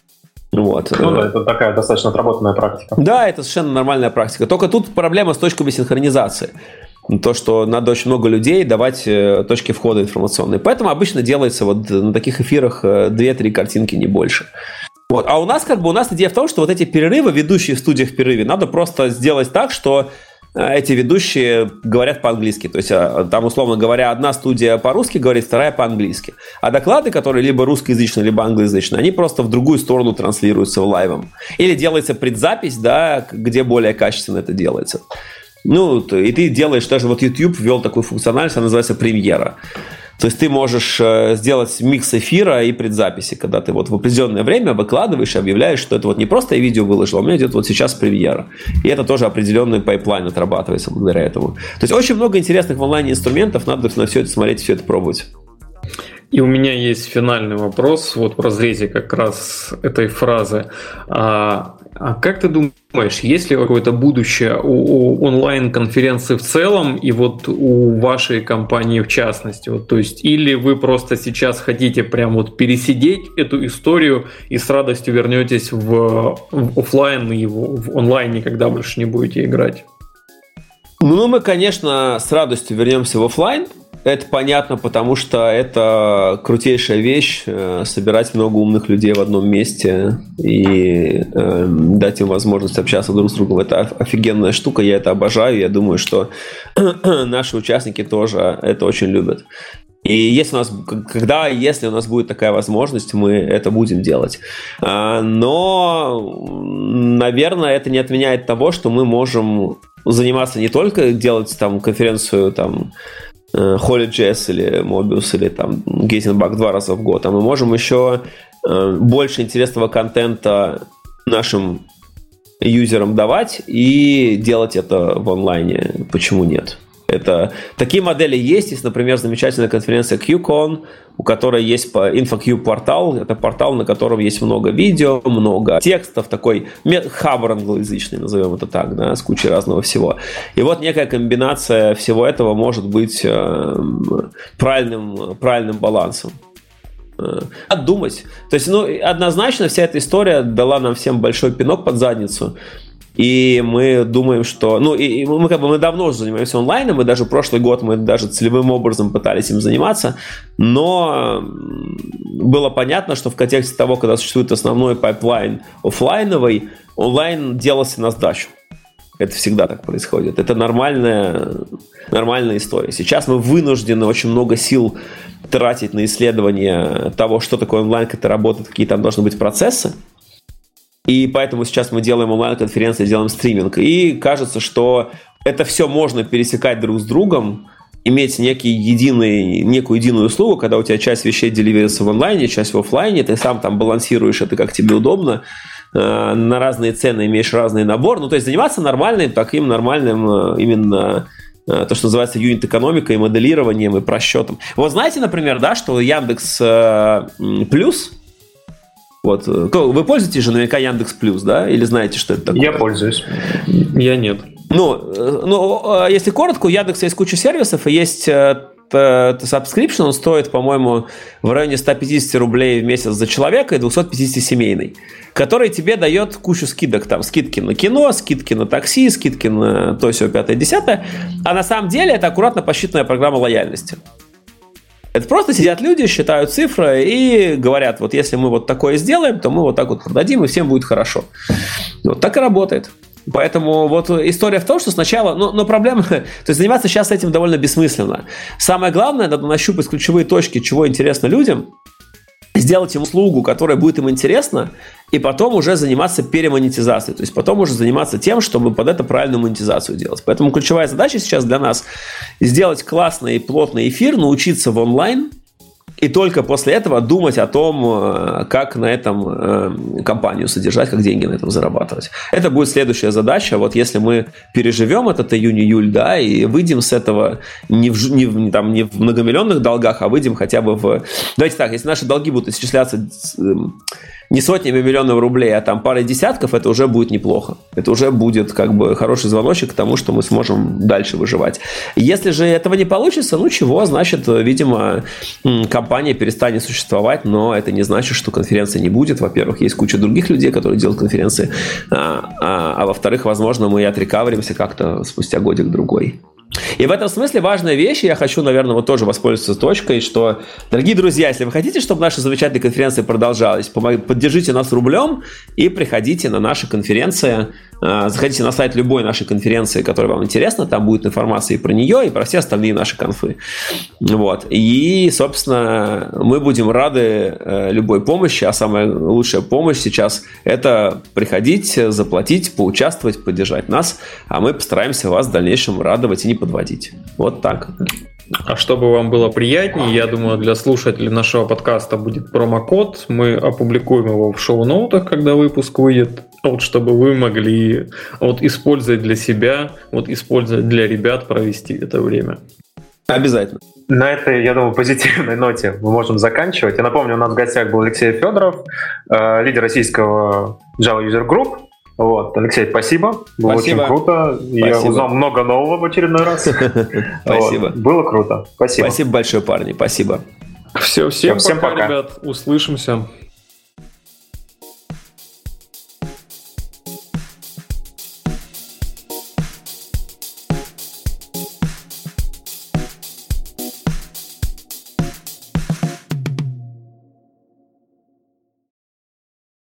[SPEAKER 1] Вот.
[SPEAKER 3] Ну да, это такая достаточно отработанная практика.
[SPEAKER 1] Да, это совершенно нормальная практика. Только тут проблема с точками синхронизации. То, что надо очень много людей давать точки входа информационные. Поэтому обычно делается вот на таких эфирах две-три картинки, не больше. Вот. А у нас как бы у нас идея в том, что вот эти перерывы, ведущие в студиях в перерыве, надо просто сделать так, что эти ведущие говорят по-английски. То есть там, условно говоря, одна студия по-русски говорит, вторая по-английски. А доклады, которые либо русскоязычные, либо англоязычные, они просто в другую сторону транслируются в лайвом. Или делается предзапись, да, где более качественно это делается. Ну, и ты делаешь, даже вот YouTube ввел такую функциональность, она называется премьера. То есть ты можешь сделать микс эфира и предзаписи, когда ты вот в определенное время выкладываешь и объявляешь, что это вот не просто я видео выложил, а у меня идет вот сейчас премьера. И это тоже определенный пайплайн отрабатывается благодаря этому. То есть очень много интересных в онлайне инструментов, надо на все это смотреть, все это пробовать.
[SPEAKER 2] И у меня есть финальный вопрос вот в разрезе как раз этой фразы. А, а как ты думаешь, есть ли какое-то будущее у, у онлайн-конференции в целом и вот у вашей компании в частности? Вот, то есть, или вы просто сейчас хотите прям вот пересидеть эту историю и с радостью вернетесь в, в офлайн и в, в онлайн никогда больше не будете играть?
[SPEAKER 1] Ну, мы, конечно, с радостью вернемся в офлайн. Это понятно, потому что это крутейшая вещь, э, собирать много умных людей в одном месте и э, дать им возможность общаться друг с другом. Это офигенная штука, я это обожаю, я думаю, что наши участники тоже это очень любят. И если у нас, когда, если у нас будет такая возможность, мы это будем делать. Но, наверное, это не отменяет того, что мы можем заниматься не только делать там конференцию там HolyJS или Mobius или там Getting-Bug два раза в год, а мы можем еще больше интересного контента нашим юзерам давать и делать это в онлайне. Почему нет? Это, такие модели есть. Есть, например, замечательная конференция KubeCon, у которой есть InfoCube портал. Это портал, на котором есть много видео, много текстов, такой хабр англоязычный, назовем это так, да, с кучей разного всего. И вот некая комбинация всего этого может быть э, правильным, правильным балансом. Отдумать. То есть, ну, однозначно вся эта история дала нам всем большой пинок под задницу. И мы думаем, что... Ну, и, и мы как бы мы давно уже занимаемся онлайном, и даже прошлый год мы даже целевым образом пытались им заниматься, но было понятно, что в контексте того, когда существует основной пайплайн офлайновый, онлайн делался на сдачу. Это всегда так происходит. Это нормальная, нормальная история. Сейчас мы вынуждены очень много сил тратить на исследование того, что такое онлайн, как это работает, какие там должны быть процессы. И поэтому сейчас мы делаем онлайн-конференции, делаем стриминг. И кажется, что это все можно пересекать друг с другом, иметь некий единый, некую единую услугу, когда у тебя часть вещей деливируется в онлайне, часть в офлайне, ты сам там балансируешь это, как тебе удобно, на разные цены имеешь разный набор. Ну, то есть заниматься нормальным, таким нормальным именно то, что называется юнит-экономикой, моделированием и просчетом. Вот знаете, например, да, что Яндекс Плюс, вот, вы пользуетесь же наверняка Яндекс Плюс, да? Или знаете, что это такое?
[SPEAKER 3] Я пользуюсь.
[SPEAKER 2] Я нет.
[SPEAKER 1] Ну, ну, если коротко, у Яндекса есть куча сервисов, и есть subscription, он стоит, по-моему, в районе сто пятьдесят рублей в месяц за человека и двести пятьдесят семейный, который тебе дает кучу скидок, там, скидки на кино, скидки на такси, скидки на то, сё, пятое, десятое, а на самом деле это аккуратно посчитанная программа лояльности. Это просто сидят люди, считают цифры и говорят, вот если мы вот такое сделаем, то мы вот так вот продадим, и всем будет хорошо. Вот так и работает. Поэтому вот история в том, что сначала... Но, но проблема... То есть заниматься сейчас этим довольно бессмысленно. Самое главное, надо нащупать ключевые точки, чего интересно людям, сделать им услугу, которая будет им интересна, и потом уже заниматься перемонетизацией. То есть потом уже заниматься тем, чтобы под это правильную монетизацию делать. Поэтому ключевая задача сейчас для нас сделать классный и плотный эфир, научиться в онлайн, и только после этого думать о том, как на этом компанию содержать, как деньги на этом зарабатывать. Это будет следующая задача. Вот если мы переживем этот июнь-июль, да, и выйдем с этого не в, не, в, там, не в многомиллионных долгах, а выйдем хотя бы в... Давайте так, если наши долги будут исчисляться не сотнями миллионов рублей, а там парой десятков, это уже будет неплохо. Это уже будет как бы хороший звоночек к тому, что мы сможем дальше выживать. Если же этого не получится, ну чего, значит, видимо, компания перестанет существовать, но это не значит, что конференции не будет. Во-первых, есть куча других людей, которые делают конференции, а, а, а во-вторых, возможно, мы и отрекаверимся как-то спустя годик-другой. И в этом смысле важная вещь, я хочу, наверное, вот тоже воспользоваться точкой, что, дорогие друзья, если вы хотите, чтобы наши замечательные конференции продолжались, поддержите нас рублем и приходите на наши конференции, заходите на сайт любой нашей конференции, которая вам интересна, там будет информация и про нее, и про все остальные наши конфы. Вот. И, собственно, мы будем рады любой помощи, а самая лучшая помощь сейчас – это приходить, заплатить, поучаствовать, поддержать нас, а мы постараемся вас в дальнейшем радовать и не подводить. Вот так.
[SPEAKER 2] А чтобы вам было приятнее, я думаю, для слушателей нашего подкаста будет промокод. Мы опубликуем его в шоу-ноутах, когда выпуск выйдет. Вот чтобы вы могли вот использовать для себя, вот использовать для ребят, провести это время.
[SPEAKER 1] Обязательно.
[SPEAKER 3] На этой, я думаю, позитивной ноте мы можем заканчивать. Я напомню, у нас в гостях был Алексей Федоров, лидер российского Java User Group. Вот, Алексей, спасибо. Было спасибо. Очень круто. Спасибо. Я узнал много нового в очередной раз.
[SPEAKER 1] Спасибо.
[SPEAKER 3] Было круто. Спасибо.
[SPEAKER 1] Спасибо большое, парни. Спасибо.
[SPEAKER 2] Все, всем пока, ребят. Услышимся.